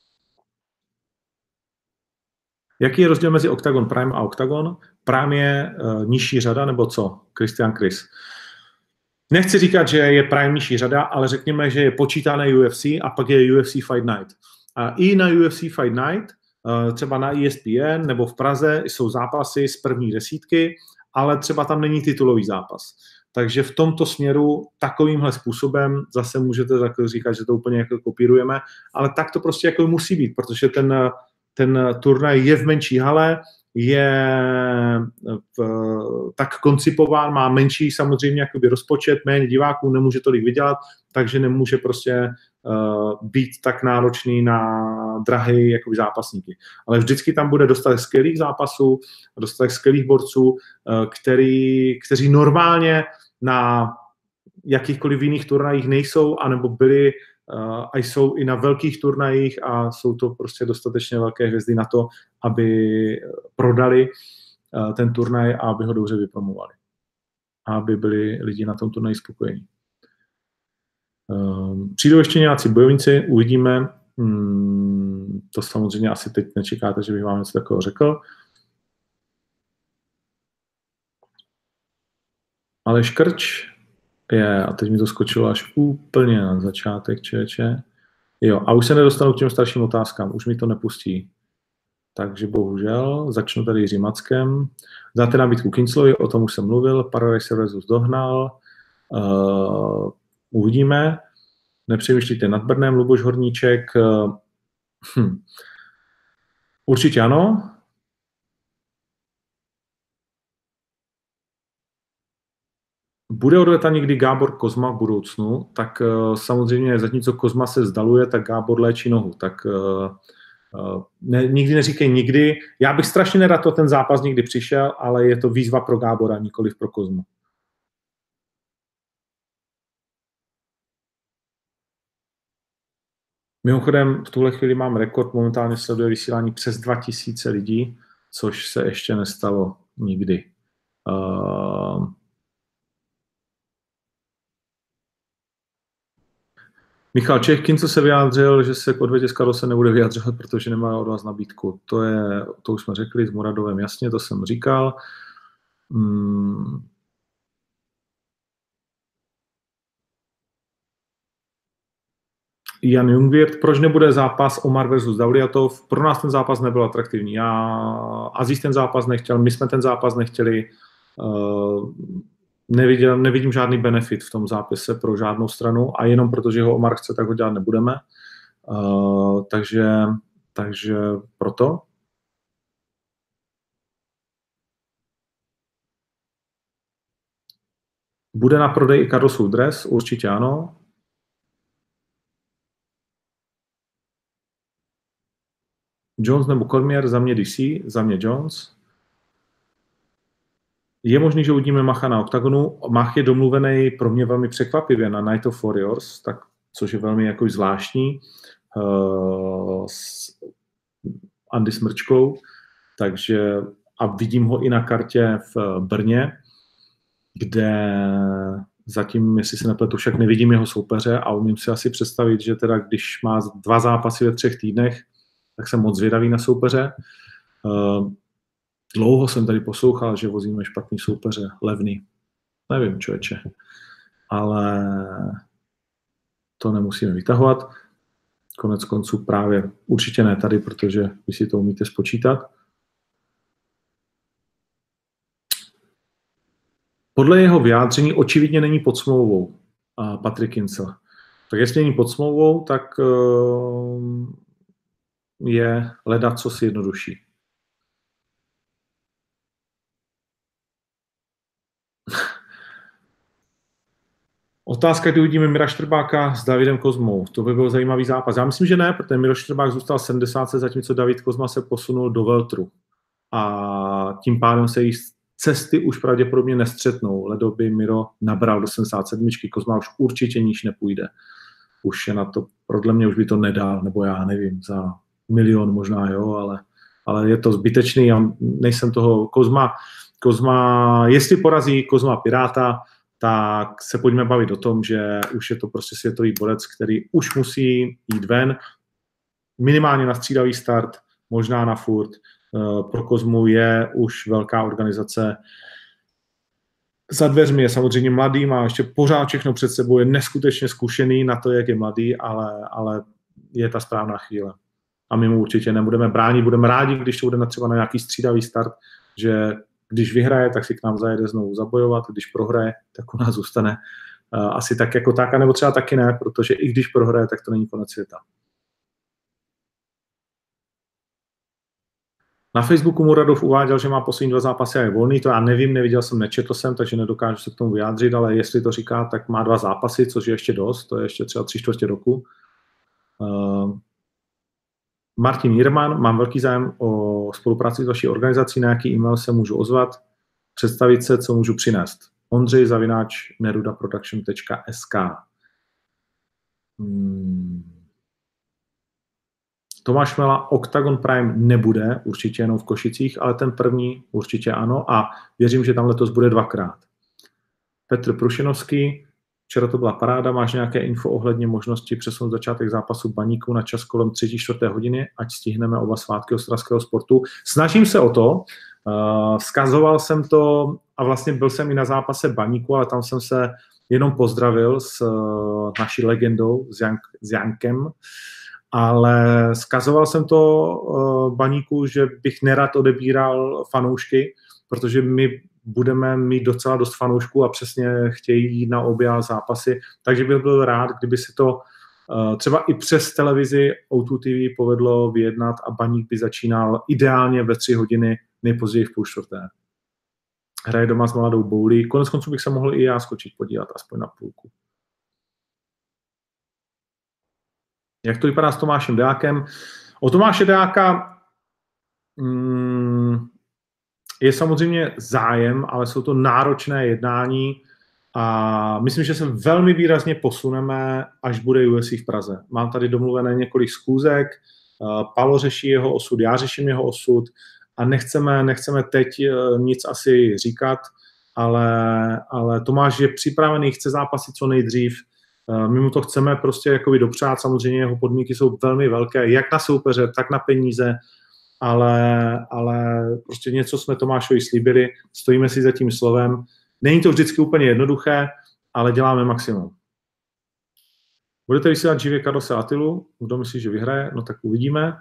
Jaký je rozdíl mezi Octagon Prime a Octagon? Prime je nižší řada, nebo co? Christian Chris. Nechci říkat, že je Prime nižší řada, ale řekněme, že je počítané UFC a pak je UFC Fight Night. A i na UFC Fight Night, třeba na ESPN nebo v Praze, jsou zápasy z první desítky, ale třeba tam není titulový zápas. Takže v tomto směru takovýmhle způsobem zase můžete říkat, že to úplně jako kopírujeme, ale tak to prostě jako musí být, protože ten turnaj je v menší hale, je tak koncipován, má menší samozřejmě jakoby rozpočet, méně diváků, nemůže tolik vydělat, takže nemůže prostě být tak náročný na drahé jakoby zápasníky. Ale vždycky tam bude dostatek skvělých zápasů, dostatek skvělých borců, kteří normálně na jakýchkoliv jiných turnajích nejsou, anebo byli a jsou i na velkých turnajích a jsou to prostě dostatečně velké hvězdy na to, aby prodali ten turnaj a aby ho dobře vypromovali. A aby byli lidi na tom turnaji spokojení. Přijdou ještě nějací bojovníci, uvidíme. To samozřejmě asi teď nečekáte, že bych vám něco takového řekl. Ale Škrč a teď mi to skočilo až úplně na začátek, čeče. Jo, a už se nedostanu k těm starším otázkám, už mi to nepustí. Takže bohužel, začnu tady Jiřím Mackem. Dáte nabídku Kinclovi, o tom už jsem mluvil, Paradise versus Dohnal. Uvidíme. Nepřemýšlíte nad Brnem, Luboš Horníček. Určitě ano. Bude odveta někdy Gábor Kozma v budoucnu, tak samozřejmě zatímco Kozma se vzdaluje, tak Gábor léčí nohu. Tak nikdy neříkej nikdy. Já bych strašně nerad to ten zápas někdy přišel, ale je to výzva pro Gábora, nikoliv pro Kozmu. Mimochodem, v tuhle chvíli mám rekord, momentálně sleduje vysílání přes 2000 lidí, což se ještě nestalo nikdy. Michal Čech, Kinco se vyjádřil, že se k odvětě z Karlose nebude vyjádřovat, protože nemá od vás nabídku. To už jsme řekli s Muradovem, jasně, to jsem říkal. Jan Jungwirth, proč nebude zápas Omar versus Dauliatov? Pro nás ten zápas nebyl atraktivní. Aziz ten zápas nechtěl, my jsme ten zápas nechtěli. nevidím žádný benefit v tom zápise pro žádnou stranu a jenom protože ho Omar chce, tak ho dělat nebudeme. Takže proto. Bude na prodej i Carlosův dres? Určitě ano. Jones nebo Cormier? Za mě DC, za mě Jones. Je možný, že uvidíme Macha na OKTAGONu. Mach je domluvený pro mě velmi překvapivě na Night of Warriors, tak, což je velmi jako zvláštní, s Andy Smrčkou, takže a vidím ho i na kartě v Brně, kde zatím, jestli se nepletu, však nevidím jeho soupeře a umím si asi představit, že teda když má 2 zápasy ve 3 týdnech, tak jsem moc zvědavý na soupeře. Dlouho jsem tady poslouchal, že vozíme špatný soupeře, levný. Nevím, člověče. Ale to nemusíme vytahovat. Konec konců právě určitě ne tady, protože vy si to umíte spočítat. Podle jeho vyjádření očividně není pod smlouvou Patrick Kinsella. Tak jestli není pod smlouvou, tak je hledat, co si jednodušší. Otázka, kdy uvidíme Mira Štrbáka s Davidem Kozmou. To by byl zajímavý zápas. Já myslím, že ne, protože Miro Štrbák zůstal 70, zatímco David Kozma se posunul do welteru. A tím pádem se jich cesty už pravděpodobně nestřetnou. Ledo by Miro nabral do 77, Kozma už určitě níž nepůjde. Už je na to, podle mě už by to nedal, nebo já nevím, za 1 milion možná, jo, ale je to zbytečný, já nejsem toho Kozma, jestli porazí Kozma Piráta, tak se pojďme bavit o tom, že už je to prostě světový borec, který už musí jít ven, minimálně na střídavý start, možná na furt. Pro Kozmu je už velká organizace. Za dveřmi je samozřejmě mladý, má ještě pořád všechno před sebou, je neskutečně zkušený na to, jak je mladý, ale je ta správná chvíle. A my mu určitě nebudeme bránit, budeme rádi, když to budeme třeba na nějaký střídavý start, že když vyhraje, tak si k nám zajede znovu zabojovat, když prohraje, tak u nás zůstane asi tak jako tak, nebo třeba taky ne, protože i když prohraje, tak to není konec světa. Na Facebooku Muradov uváděl, že má poslední 2 zápasy a je volný, to já nevím, neviděl jsem, nečetl jsem, takže nedokážu se k tomu vyjádřit, ale jestli to říká, tak má 2 zápasy, což je ještě dost, to je ještě třeba 3/4 roku. Martin Jirman, mám velký zájem o spolupráci s vaší organizací, na jaký e-mail se můžu ozvat, představit se, co můžu přinést. ondřej@nerudaproduction.sk Tomáš Mela, Octagon Prime nebude, určitě jenom v Košicích, ale ten první určitě ano a věřím, že tam letos bude 2krát. Petr Prušinovský, včera to byla paráda, máš nějaké info ohledně možnosti přesunout začátek zápasu Baníku na čas kolem 3/4 hodiny, ať stihneme oba svátky ostravského sportu. Snažím se o to, vzkazoval jsem to a vlastně byl jsem i na zápase Baníku, ale tam jsem se jenom pozdravil s naší legendou, s Jankem, ale vzkazoval jsem to Baníku, že bych nerad odebíral fanoušky, protože my budeme mít docela dost fanoušků a přesně chtějí jít na obě zápasy, takže bych byl rád, kdyby se to třeba i přes televizi O2 TV povedlo vyjednat a Baník by začínal ideálně ve 3 hodiny, nejpozději v 3:30. Hraje doma s Mladou Boulí. Konec konců bych se mohl i já skočit podívat, aspoň na půlku. Jak to vypadá s Tomášem Deákem? O Tomáše Deáka je samozřejmě zájem, ale jsou to náročné jednání a myslím, že se velmi výrazně posuneme, až bude UFC v Praze. Mám tady domluvené několik schůzek, Paolo řeší jeho osud, já řeším jeho osud a nechceme teď nic asi říkat, ale Tomáš je připravený, chce zápasit co nejdřív. My mu to chceme prostě jakoby dopřát, samozřejmě jeho podmínky jsou velmi velké, jak na soupeře, tak na peníze, ale prostě něco jsme Tomášovi slíbili, stojíme si za tím slovem. Není to vždycky úplně jednoduché, ale děláme maximum. Budete vysílat živě Carlose Attilu? Kdo myslí, že vyhraje? No tak uvidíme.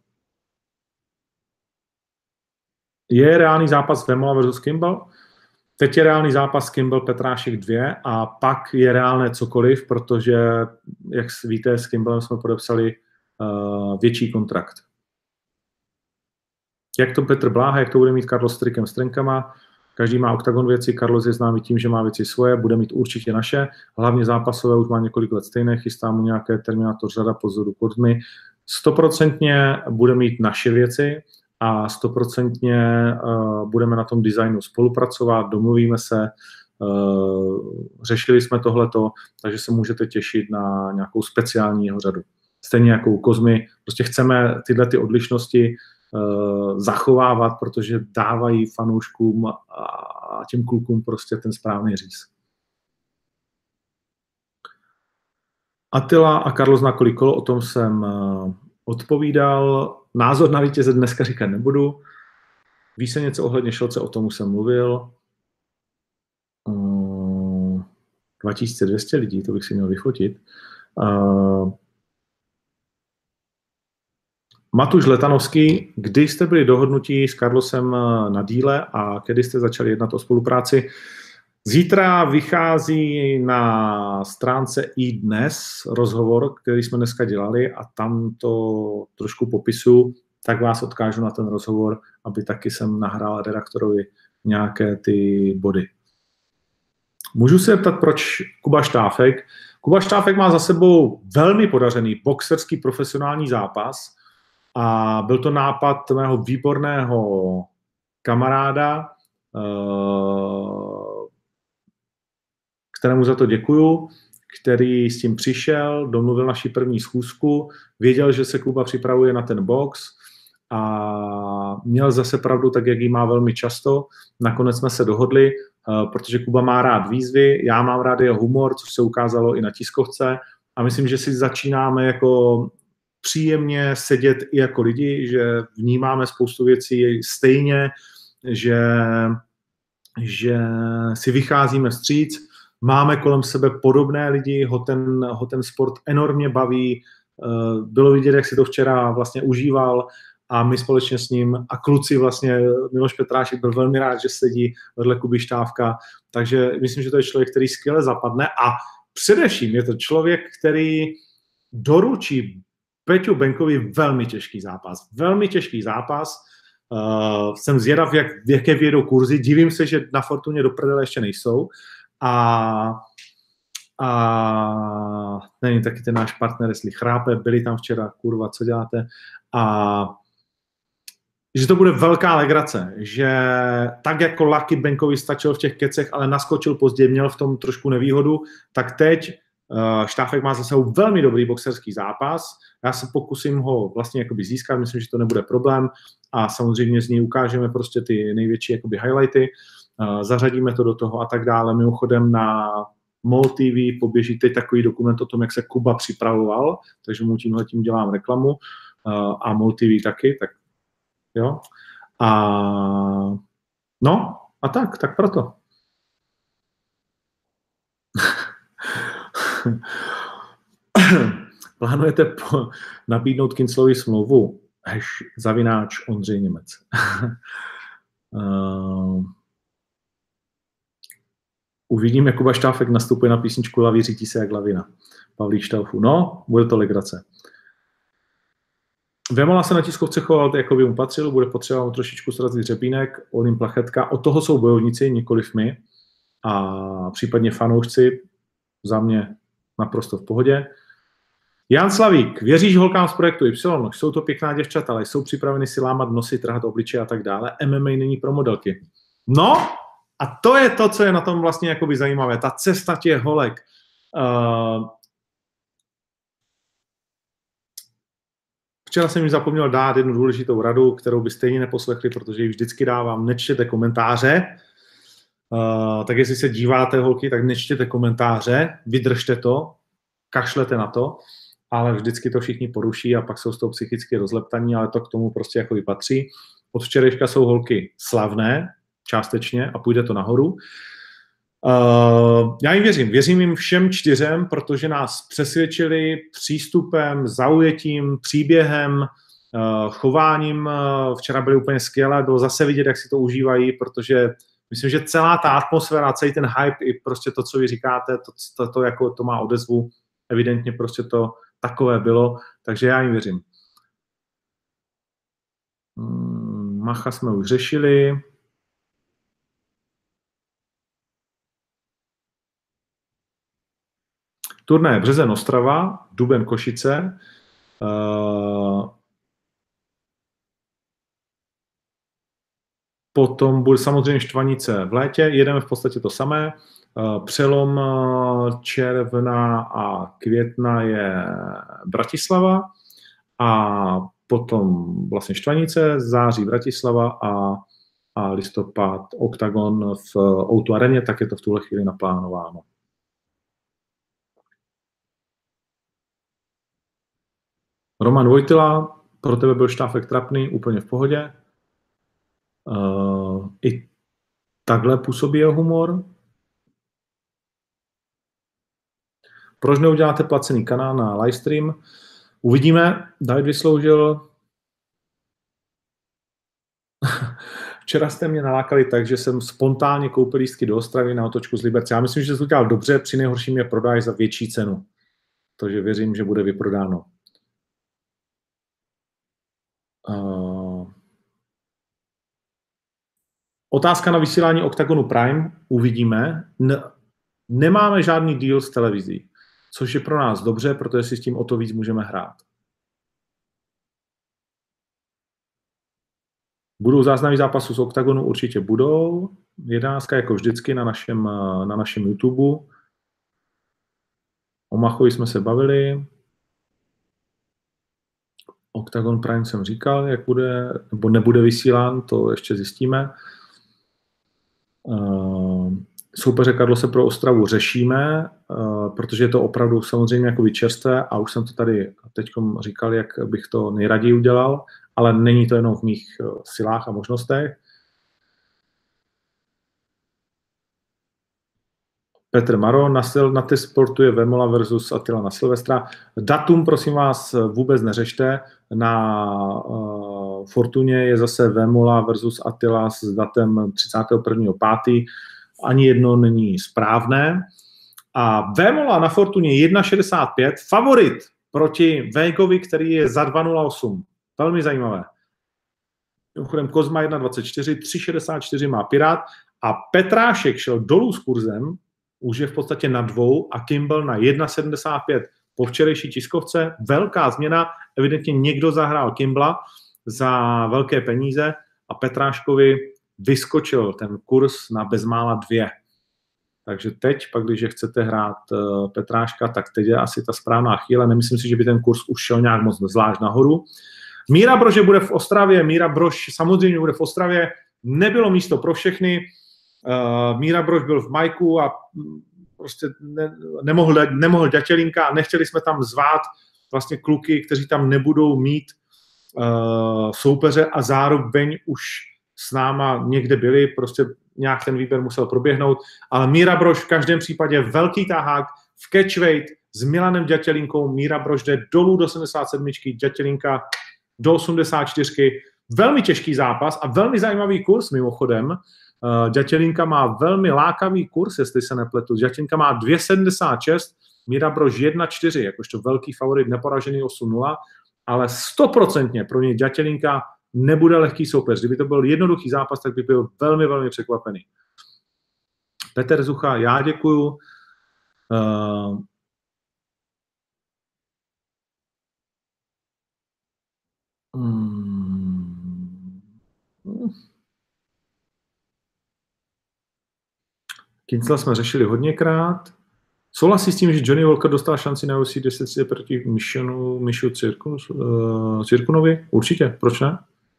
Je reálný zápas Vemola versus Kimball? Teď je reálný zápas Kimball Petrášek 2 a pak je reálné cokoliv, protože, jak víte, s Kimballem jsme podepsali větší kontrakt. Jak to Petr Bláha, jak to bude mít Carlos s Trikem Strenkama, každý má oktagon věci, Carlos je známý tím, že má věci svoje, bude mít určitě naše, hlavně zápasové, už má několik let stejné, chystá mu nějaké Terminator řada pozoru Kozmy. 100% bude mít naše věci a 100% budeme na tom designu spolupracovat, domluvíme se, řešili jsme tohleto, takže se můžete těšit na nějakou speciální jeho řadu. Stejně jako u Kozmy, prostě chceme tyhle ty odlišnosti zachovávat, protože dávají fanouškům a těm klukům prostě ten správný říz. Attila a Carlos na kolik kolo, o tom jsem odpovídal. Názor na vítěze dneska říkat nebudu. Ví se něco ohledně Šelce, o tom už jsem mluvil. 2200 lidí, to bych si měl vyfotit. Matuš Letanovský, kdy jste byli dohodnutí s Carlosem na díle a kdy jste začali jednat o spolupráci? Zítra vychází na stránce iDnes rozhovor, který jsme dneska dělali a tam to trošku popisu, tak vás odkážu na ten rozhovor, aby taky jsem nahrál redaktorovi nějaké ty body. Můžu se zeptat, proč Kuba Štáfek? Kuba Štáfek má za sebou velmi podařený boxerský profesionální zápas a byl to nápad mého výborného kamaráda, kterému za to děkuju, který s tím přišel, domluvil naši první schůzku, věděl, že se Kuba připravuje na ten box a měl zase pravdu tak, jak ji má velmi často. Nakonec jsme se dohodli, protože Kuba má rád výzvy, já mám rád jeho humor, což se ukázalo i na tiskovce a myslím, že si začínáme jako příjemně sedět i jako lidi, že vnímáme spoustu věcí stejně, že si vycházíme vstříc, máme kolem sebe podobné lidi, ho ten sport enormně baví, bylo vidět, jak si to včera vlastně užíval a my společně s ním a kluci vlastně, Miloš Petrášek byl velmi rád, že sedí vedle Kuby Štávka, takže myslím, že to je člověk, který skvěle zapadne a především je to člověk, který doručí Peťu Benkovi velmi těžký zápas. Velmi těžký zápas. Jsem zvědav, v jaké vědou kurzy. Divím se, že na Fortuně do prdele ještě nejsou. A nevím, taky ten náš partner, jestli chrápe, byli tam včera, kurva, co děláte? A že to bude velká legrace, že tak jako Lucky Benkovi stačil v těch kecech, ale naskočil pozdě, měl v tom trošku nevýhodu, tak teď Štáfek má zase velmi dobrý boxerský zápas. Já se pokusím ho vlastně jakoby získat, myslím, že to nebude problém a samozřejmě z něj ukážeme prostě ty největší jakoby highlighty, zařadíme to do toho a tak dále. Mimochodem na MOL TV poběží teď takový dokument o tom, jak se Kuba připravoval, takže mu tímhletím dělám reklamu a MOL TV taky, tak jo. No a tak proto. Plánujete nabídnout Kinclovi smlouvu? @ Ondřej Němec. Uvidím, jak Kuba Štáfek nastupuje na písničku Laví řítí se jak lavina. Pavlík Štaufu. No, bude to legrace. Vemola se na tiskovce choval, jako by mu patřil, bude potřeba mu trošičku srazit řepínek, Olim Plachetka. Od toho jsou bojovníci, nikoliv my. A případně fanoušci, za mě naprosto v pohodě. Jan Slavík, věříš holkám z projektu Y? Jsou to pěkná děvčata, ale jsou připraveny si lámat nosy, trhat obličeje a tak dále. MMA není pro modelky. No, a to je to, co je na tom vlastně jakoby zajímavé. Ta cesta těch holek. Včera jsem jim zapomněl dát jednu důležitou radu, kterou by stejně neposlechli, protože ji vždycky dávám. Nečtěte komentáře. Tak jestli se díváte, holky, tak nečtěte komentáře, vydržte to, kašlete na to, ale vždycky to všichni poruší a pak jsou z toho psychicky rozleptaní, ale to k tomu prostě jako patří. Od včerejška jsou holky slavné, částečně, a půjde to nahoru. Já jim věřím jim všem 4, protože nás přesvědčili přístupem, zaujetím, příběhem, chováním. Včera byly úplně skvělé, bylo zase vidět, jak si to užívají, protože myslím, že celá ta atmosféra, celý ten hype i prostě to, co vy říkáte, to jako to má odezvu, evidentně prostě to takové bylo, takže já jim věřím. Macha jsme už řešili. Turné březen Ostrava, duben Košice, potom bude samozřejmě Štvanice v létě, jedeme v podstatě to samé. Přelom června a května je Bratislava a potom vlastně Štvanice, září Bratislava a listopad Oktagon v O2 Areně, tak je to v tuhle chvíli naplánováno. Roman Vojtila, pro tebe byl Štáfek trapný, úplně v pohodě. I takhle působí jeho humor. Proč neuděláte placený kanál na livestream? Uvidíme. David vysloužil. Včera jste mě nalákali tak, že jsem spontánně koupil lístky do Ostravy na otočku z Liberce. Já myslím, že to udělal dobře, při nejhorším je prodáš za větší cenu. Takže věřím, že bude vyprodáno. Otázka na vysílání Octagonu Prime. Uvidíme. Nemáme žádný deal s televizí, což je pro nás dobře, protože si s tím o to víc můžeme hrát. Budou záznamy zápasu z Octagonu? Určitě budou. 11 jako vždycky na našem YouTube. O Machovi jsme se bavili. Octagon Prime jsem říkal, jak bude, nebo nebude vysílán, to ještě zjistíme. Soupeře Karlose pro Ostravu řešíme, protože je to opravdu samozřejmě jako čerstvé a už jsem to tady teď říkal, jak bych to nejraději udělal, ale není to jenom v mých silách a možnostech. Petr Maro, na T-Sportu je Vemola versus Attila na Silvestra. Datum, prosím vás, vůbec neřešte. Na Fortuně je zase Vemola versus Attila s datem 31.5. Ani jedno není správné. A Vemola na Fortuně 1,65, favorit proti Vejkovi, který je za 2,08. Velmi zajímavé. Mimochodem Kozma 1,24, 3,64 má Pirát a Petrášek šel dolů s kurzem, už je v podstatě na 2 a Kimball na 1,75. Po včerejší tiskovce velká změna, evidentně někdo zahrál Kimballa za velké peníze a Petráškovi vyskočil ten kurz na bezmála 2. Takže teď, pak když chcete hrát Petráška, tak teď je asi ta správná chvíle. Nemyslím si, že by ten kurz už šel nějak moc zvlášť nahoru. Míra Brože bude v Ostravě, Míra Brož samozřejmě bude v Ostravě. Nebylo místo pro všechny. Míra Brož byl v Majku a prostě nemohl Ďatelínka. Nechtěli jsme tam zvát vlastně kluky, kteří tam nebudou mít soupeře a zároveň už s náma někde byli, prostě nějak ten výběr musel proběhnout, ale Míra Brož v každém případě velký tahák v catchweight s Milanem Ďatelínkou. Míra Brož jde dolů do 77, Ďatelínka do 84. Velmi těžký zápas a velmi zajímavý kurz mimochodem. Ďatelínka má velmi lákavý kurz, jestli se nepletu. Ďatelínka má 2,76, Míra Brož 1,4, jakožto velký favorit, neporažený 8-0, ale 100% pro něj Ďatelínka nebude lehký soupeř. Kdyby to byl jednoduchý zápas, tak by byl velmi, velmi překvapený. Petr Zucha, já děkuju. Kincla jsme řešili hodněkrát. Souhlasí s tím, že Johnny Walker dostal šanci na UFC 10 proti Mishu Cirkunovi? Určitě, proč ne?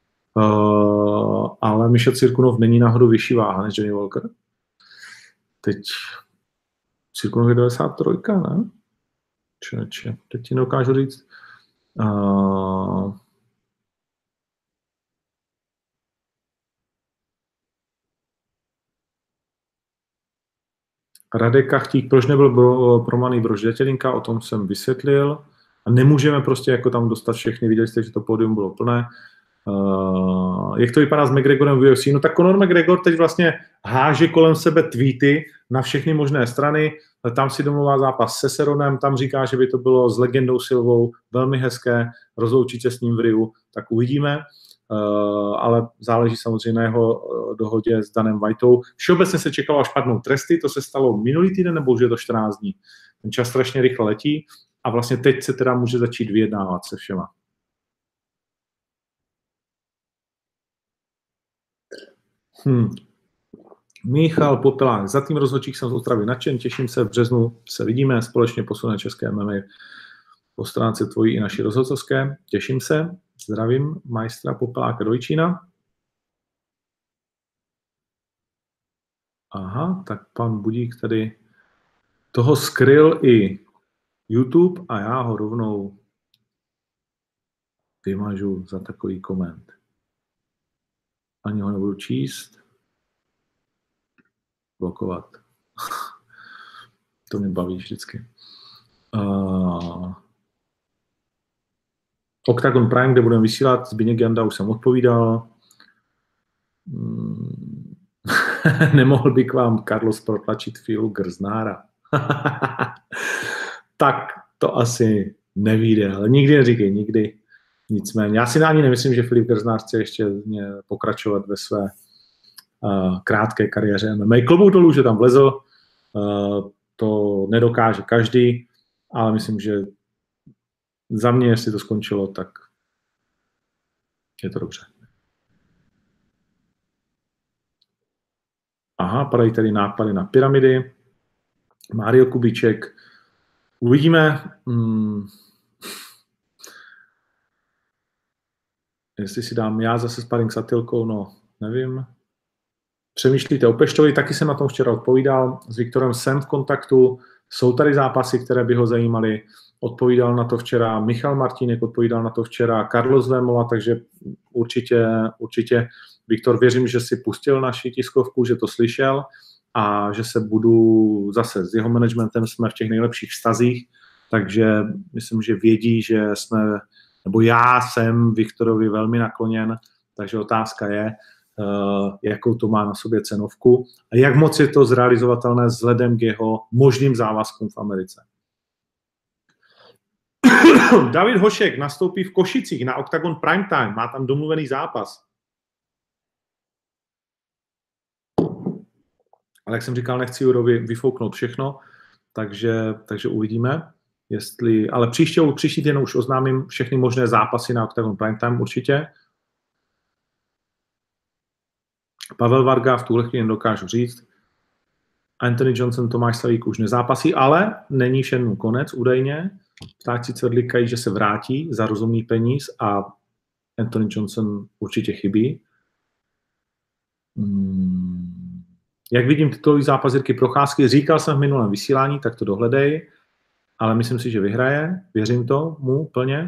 Ale Misha Cirkunov není náhodou vyšší váha než Johnny Walker. Teď Cirkunov je 93, ne? Čeče, teď ti neukážu říct. Radek Kachtík, proč nebyl promaný Brož Ďatelínka, o tom jsem vysvětlil. A nemůžeme prostě jako tam dostat všechny, viděli jste, že to pódium bylo plné. Jak to vypadá s McGregorem v UFC? No tak Conor McGregor teď vlastně háže kolem sebe tweety na všechny možné strany, tam si domluvá zápas se Seronem, tam říká, že by to bylo s legendou Silvou velmi hezké, rozloučit se s ním v Riu, tak uvidíme, ale záleží samozřejmě na jeho dohodě s Danem Whiteou. Všeobecně se čekalo, až padnou tresty, to se stalo minulý týden, nebo už je to 14 dní. Ten čas strašně rychle letí a vlastně teď se teda může začít vyjednávat se všema. Michal Popelák, za tým rozhodčích jsem z Ostravy nadšen, těším se, v březnu se vidíme, společně posuneme české MMA po stránce tvojí i naší rozhodcovské, těším se, zdravím majstra Popeláka Dojčína. Aha, tak pan Budík tady toho skryl i YouTube a já ho rovnou vymažu za takový koment. Ani ho nebudu číst. Blokovat. To mě baví vždycky. Octagon Prime, kde budeme vysílat, Zbyněk Janda, už jsem odpovídal. Nemohl by k vám Carlos protlačit Filu Grznára. Tak to asi nevíde, ale nikdy neříkej, nikdy. Nicméně, já si ani nemyslím, že Filip Grznár chce ještě pokračovat ve své krátké kariéře MMA. Klobouk dolů, že tam vlezl, to nedokáže každý, ale myslím, že za mě, jestli to skončilo, tak je to dobře. Aha, padají tady nápady na pyramidy. Mário Kubíček. Uvidíme, jestli si dám já zase sparring s Atilkou, no nevím. Přemýšlíte o Peštovi, taky jsem na tom včera odpovídal. S Viktorem jsem v kontaktu, jsou tady zápasy, které by ho zajímaly. Odpovídal na to včera Michal Martínek, odpovídal na to včera Carlos Vémola, takže určitě Viktor, věřím, že si pustil naši tiskovku, že to slyšel a že se budu zase s jeho managementem, jsme v těch nejlepších vztazích, takže myslím, že vědí, že jsme, nebo já jsem Viktorovi velmi nakloněn, takže otázka je, jakou to má na sobě cenovku a jak moc je to zrealizovatelné vzhledem k jeho možným závazkům v Americe. David Hošek nastoupí v Košicích na Octagon Primetime, má tam domluvený zápas. Ale jak jsem říkal, nechci Jurovi vyfouknout všechno, takže uvidíme. Ale příští týden už oznámím všechny možné zápasy na Octagon Primetime určitě. Pavel Varga v tuhle chvíli dokážu říct. Anthony Johnson, Tomáš Slavík už nezápasí, ale není všem konec údajně. Ptáci cvrlikají, že se vrátí za rozumný peníz a Anthony Johnson určitě chybí. Jak vidím titulový zápas Jirky Procházky, říkal jsem v minulém vysílání, tak to dohledej, ale myslím si, že vyhraje, věřím to mu plně.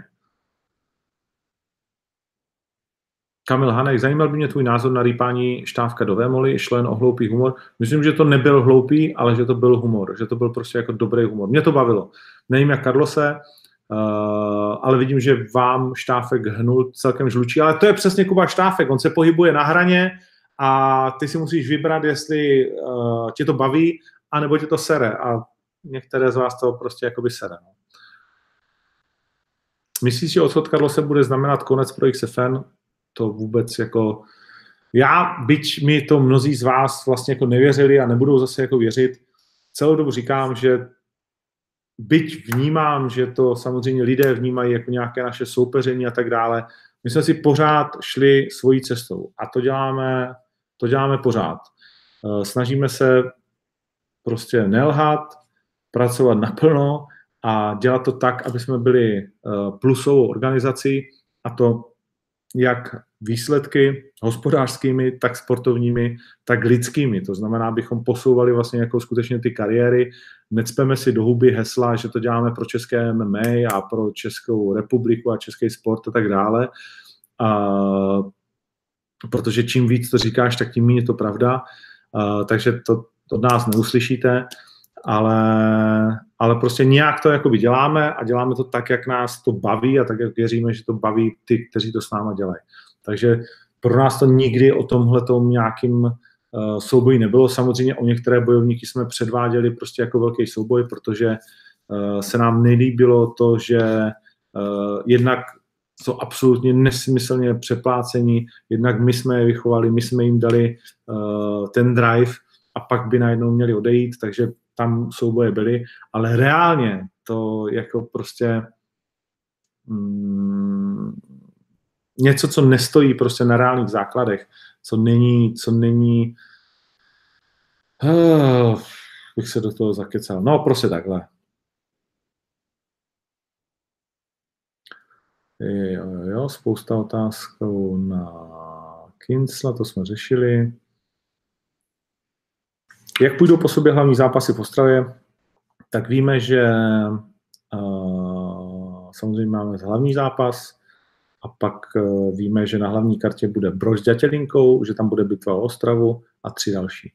Kamil Hanek, zajímal by mě tvůj názor na rýpání Štávka do Vémoly, šlo jen o hloupý humor. Myslím, že to nebyl hloupý, ale že to byl humor, že to byl prostě jako dobrý humor. Mě to bavilo. Nevím jak Karlose, ale vidím, že vám Štávek hnul celkem žlučí, ale to je přesně Kuba Štávek, on se pohybuje na hraně a ty si musíš vybrat, jestli tě to baví, anebo tě to sere a některé z vás to prostě jakoby sere. No. Myslíš, že odchod Karlose bude znamenat konec pro XFN? To vůbec jako... byť mi to mnozí z vás vlastně jako nevěřili a nebudou zase jako věřit, celou dobu říkám, že byť vnímám, že to samozřejmě lidé vnímají jako nějaké naše soupeření a tak dále, my jsme si pořád šli svojí cestou a to děláme pořád. Snažíme se prostě nelhat, pracovat naplno a dělat to tak, aby jsme byli plusovou organizací a to jak výsledky hospodářskými, tak sportovními, tak lidskými. To znamená, abychom posouvali vlastně jako skutečně ty kariéry. Necpeme si do huby hesla, že to děláme pro české MMA a pro Českou republiku a český sport a tak dále. Protože čím víc to říkáš, tak tím méně je to pravda. Takže to od nás neuslyšíte, ale prostě nějak to jakoby děláme a děláme to tak, jak nás to baví a tak, jak věříme, že to baví ty, kteří to s náma dělají. Takže pro nás to nikdy o tomhletom nějakým souboji nebylo. Samozřejmě o některé bojovníky jsme předváděli prostě jako velký souboj, protože se nám nelíbilo to, že jednak jsou absolutně nesmyslně přeplácení, jednak my jsme je vychovali, my jsme jim dali ten drive a pak by najednou měli odejít, takže tam souboje byly, ale reálně to jako prostě něco, co nestojí prostě na reálných základech, co není bych se do toho zakecal. No, prostě takhle. Jo, spousta otázkou na Kincla, to jsme řešili. Jak půjdou po sobě hlavní zápasy v Ostravě? Tak víme, že samozřejmě máme hlavní zápas a pak víme, že na hlavní kartě bude Brož s Ďatelinkou, že tam bude bitva o Ostravu a 3 další.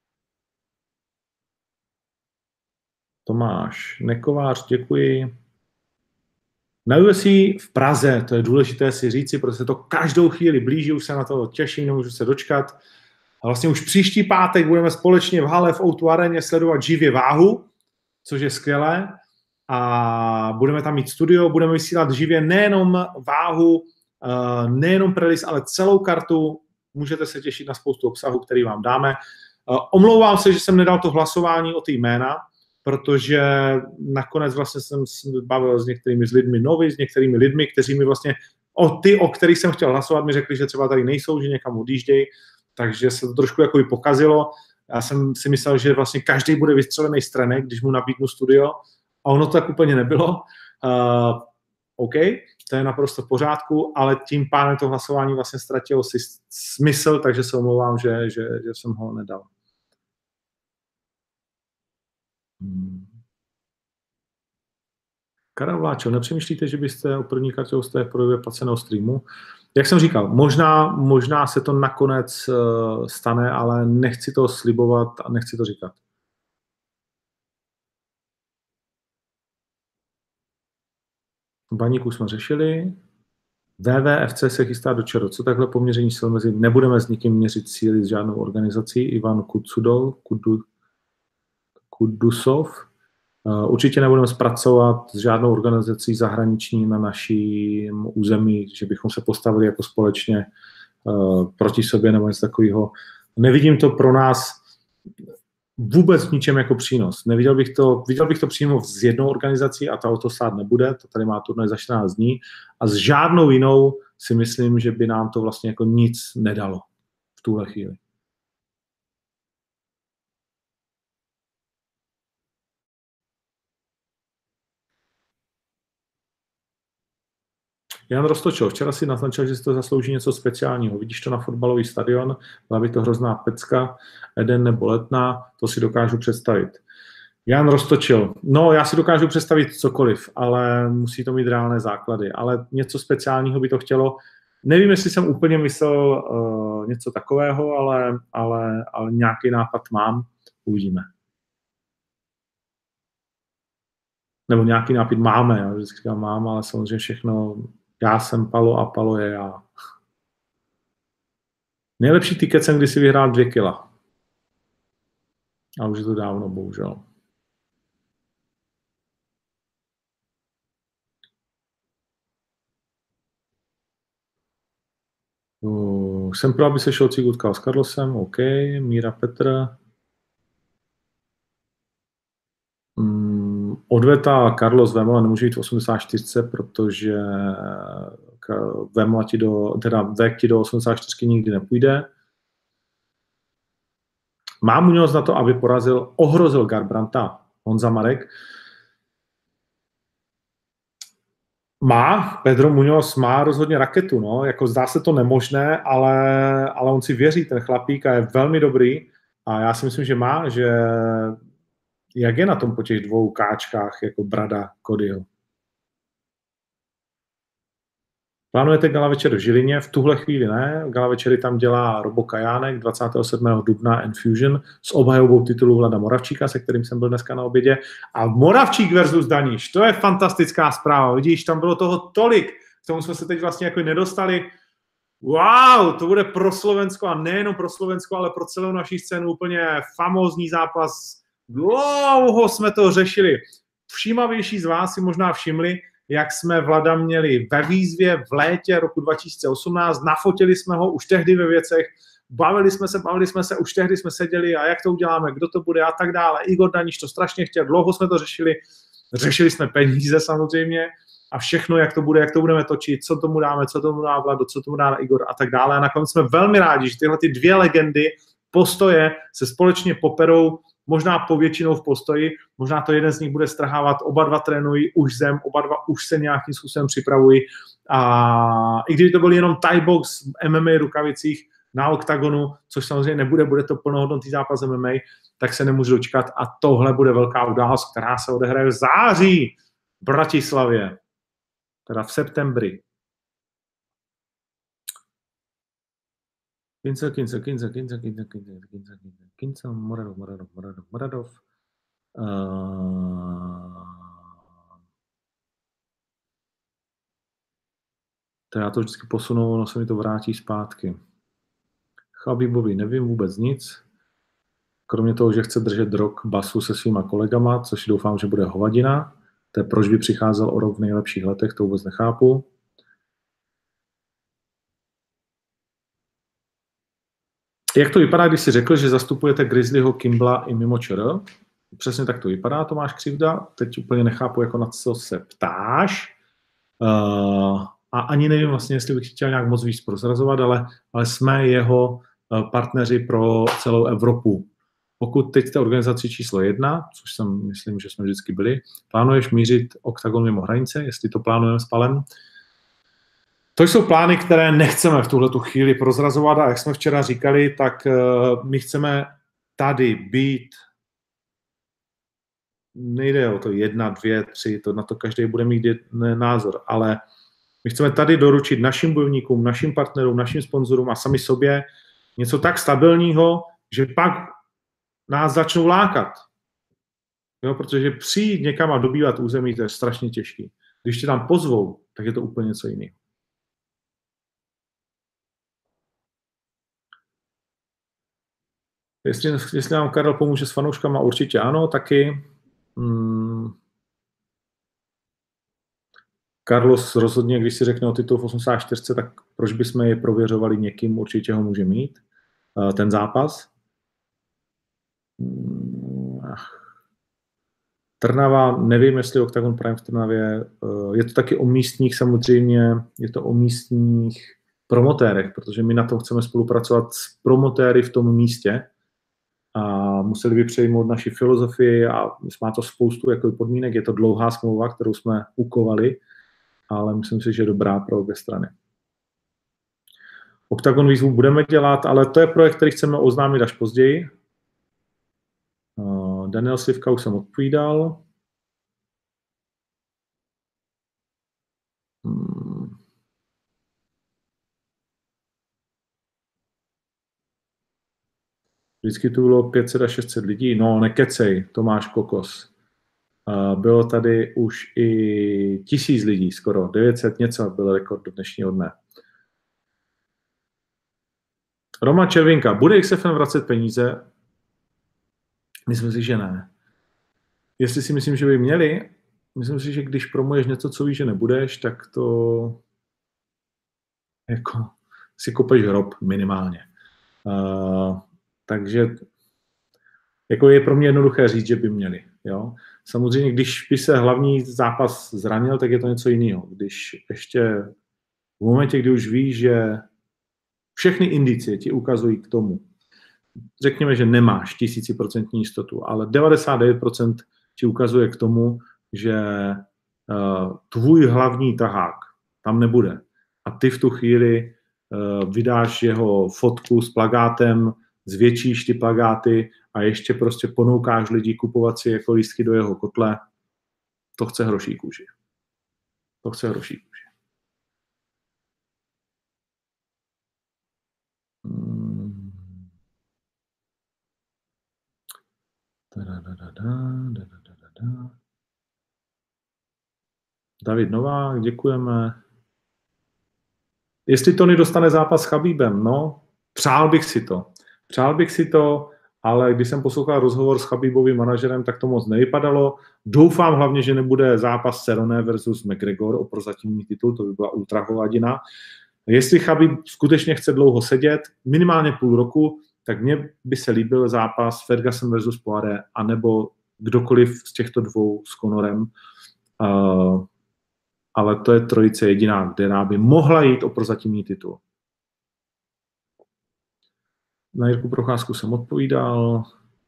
Tomáš Nekovář, děkuji. Na UFC v Praze, to je důležité si říci, protože se to každou chvíli blíží, už se na to těším, nemůžu se dočkat. A vlastně už příští pátek budeme společně v hale v O2 areně sledovat živě váhu, což je skvělé. A budeme tam mít studio, budeme vysílat živě nejenom váhu, nejenom prelis, ale celou kartu. Můžete se těšit na spoustu obsahu, který vám dáme. Omlouvám se, že jsem nedal to hlasování o ty jména, protože nakonec vlastně jsem bavil s některými lidmi nový, s některými lidmi, kteří mi vlastně, o kterých jsem chtěl hlasovat, mi řekli, že třeba tady nejsou, že někam odjíždějí, takže se to trošku jako pokazilo. Já jsem si myslel, že vlastně každý bude vystřelený stranek, když mu nabídnu studio, a ono to tak úplně nebylo. OK, to je naprosto v pořádku, ale tím pádem to hlasování vlastně ztratilo si smysl, takže se omlouvám, že jsem ho nedal. Karel Vláčel, nepřemýšlíte, že byste o první kartě hosté v podobě placeného streamu? Jak jsem říkal, možná se to nakonec stane, ale nechci to slibovat a nechci to říkat. Baníku jsme řešili. WWFC se chystá do čero. Co takhle poměření sil mezi... Nebudeme s nikým měřit síly s žádnou organizací. Ivan Kudusov. Určitě nebudeme zpracovat s žádnou organizací zahraniční na naším území, že bychom se postavili jako společně proti sobě nebo něco takového. Nevidím to pro nás vůbec v ničem jako přínos. Viděl bych to přímo s jednou organizací a ta o to stát nebude, to tady má turnaj za 14 dní a s žádnou jinou si myslím, že by nám to vlastně jako nic nedalo v tuhle chvíli. Jan Roztočil, včera si naznačil, že si to zaslouží něco speciálního. Vidíš to na fotbalový stadion, byla by to hrozná pecka, Eden nebo Letná, to si dokážu představit. Jan Roztočil, no já si dokážu představit cokoliv, ale musí to mít reálné základy, ale něco speciálního by to chtělo. Nevím, jestli jsem úplně myslel něco takového, ale nějaký nápad mám, uvidíme. Nebo nějaký nápad máme, já vždycky říkám mám, ale samozřejmě všechno, já jsem Palo a Palo je já. Nejlepší tiket jsem kdysi vyhrál 2 kila. A už je to dávno, bohužel. Jsem pro, aby se Šolcík utkal s Carlosem, OK, Míra Petr. Odveta Carlos Vemola nemůže jít v 84, protože Vemola Vek ti do 84 nikdy nepůjde. Má Muñoz na to, aby ohrozil Garbrandta Honza Marek? Má, Pedro Muñoz má rozhodně raketu, no, jako zdá se to nemožné, ale on si věří, ten chlapík, a je velmi dobrý a já si myslím, že má, že jak je na tom po těch 2 káčkách jako Brada Codyho? Plánujete gala večer v Žilině? V tuhle chvíli ne. Gala večery tam dělá Robo Kajánek 27. dubna Infusion s obhajobou titulu Vlada Moravčíka, se kterým jsem byl dneska na obědě. A Moravčík versus Daniš, to je fantastická zpráva. Vidíš, tam bylo toho tolik. K tomu jsme se teď vlastně jako nedostali. Wow, to bude pro Slovensko a nejenom pro Slovensko, ale pro celou naši scénu úplně famózní zápas. Dlouho jsme to řešili. Všímavější z vás si možná všimli, jak jsme Vlada měli ve výzvě v létě roku 2018, nafotili jsme ho už tehdy ve věcech, bavili jsme se, už tehdy jsme seděli a jak to uděláme, kdo to bude a tak dále. Igor Daniš to strašně chtěl, dlouho jsme to řešili jsme peníze samozřejmě, a všechno, jak to bude, jak to budeme točit, co tomu dáme, co tomu dá Vlado, co tomu dá Igor a tak dále. A nakonec jsme velmi rádi, že tyhle ty dvě legendy postoje se společně poperou, možná povětšinou v postoji, možná to jeden z nich bude strhávat, oba dva trénují už zem, oba dva už se nějakým způsobem připravují. A i když to byl jenom Thai box MMA rukavicích na oktagonu, což samozřejmě nebude, bude to plnohodnotný zápas MMA, tak se nemůžu dočkat a tohle bude velká událost, která se odehraje v září v Bratislavě. Teda v septembri. Kinca, Moradov. To já to vždycky posunu, ono se mi to vrátí zpátky. Chabibovi nevím vůbec nic. Kromě toho, že chce držet rok basu se svýma kolegama, což doufám, že bude hovadina. To je proč by přicházel o rok v nejlepších letech, to vůbec nechápu. Jak to vypadá, když jsi řekl, že zastupujete Grizzlyho, Kimbla i mimo ČR? Přesně tak to vypadá, Tomáš Křivda. Teď úplně nechápu, jako na co se ptáš. A ani nevím vlastně, jestli bych chtěl nějak moc víc prozrazovat, ale jsme jeho partneři pro celou Evropu. Pokud teď jste organizaci číslo 1, což jsem, myslím, že jsme vždycky byli, plánuješ mířit oktagon mimo hranice, jestli to plánujeme s Palem? To jsou plány, které nechceme v tuhletu chvíli prozrazovat a jak jsme včera říkali, tak my chceme tady být, nejde o to 1, 2, 3, to na to každý bude mít názor, ale my chceme tady doručit našim bojovníkům, našim partnerům, našim sponzorům a sami sobě něco tak stabilního, že pak nás začnou lákat. Jo, protože přijít někam a dobývat území, to je strašně těžký. Když tě tam pozvou, tak je to úplně něco jiného. Jestli nám Karel pomůže s fanouškama, určitě ano, taky. Carlos rozhodně, když si řekne o titul v 84, tak proč bychom je prověřovali někým, určitě ho může mít, ten zápas. Trnava, nevím, jestli Octagon Prime v Trnavě, je to taky o místních samozřejmě, je to o místních promotérech, protože my na tom chceme spolupracovat s promotéry v tom místě a museli by přejmout naši filozofii a má to spoustu jako podmínek, je to dlouhá smlouva, kterou jsme ukovali, ale myslím si, že je dobrá pro obě strany. Octagon výzvu budeme dělat, ale to je projekt, který chceme oznámit až později. Daniel Slivka už jsem odpovídal. Vždycky tu bylo 500 až 600 lidí. No, nekecej, Tomáš Kokos. Bylo tady už i 1000 lidí, skoro 900 něco byl rekord do dnešního dne. Roman Červinka, bude XFN vracet peníze? Myslím si, že ne. Jestli si myslím, že by měli, myslím si, že když promuješ něco, co víš, že nebudeš, tak to jako si kopeš hrob minimálně. Takže jako je pro mě jednoduché říct, že by měli. Jo? Samozřejmě, když by se hlavní zápas zranil, tak je to něco jiného. Když ještě v momentě, kdy už víš, že všechny indicie ti ukazují k tomu, řekněme, že nemáš 1000% jistotu, ale 99% ti ukazuje k tomu, že tvůj hlavní tahák tam nebude. A ty v tu chvíli vydáš jeho fotku s plakátem, zvětšíš ty plakáty a ještě prostě ponoukáš lidi kupovat si jako lístky do jeho kotle, to chce hroší kůži. To chce hroší kůži. David Novák, děkujeme. Jestli Tony dostane zápas s Chabíbem, no, přál bych si to, ale když jsem poslouchal rozhovor s Chabíbovým manažerem, tak to moc nevypadalo. Doufám hlavně, že nebude zápas Cerrone versus McGregor o prozatímní titul, to by byla ultra hovadina. Jestli Chabíb skutečně chce dlouho sedět, minimálně půl roku, tak mně by se líbil zápas Ferguson versus Poirier, anebo kdokoliv z těchto dvou s Conorem. Ale to je trojice jediná, která by mohla jít o prozatímní titul. Na Jirku Procházku jsem odpovídal.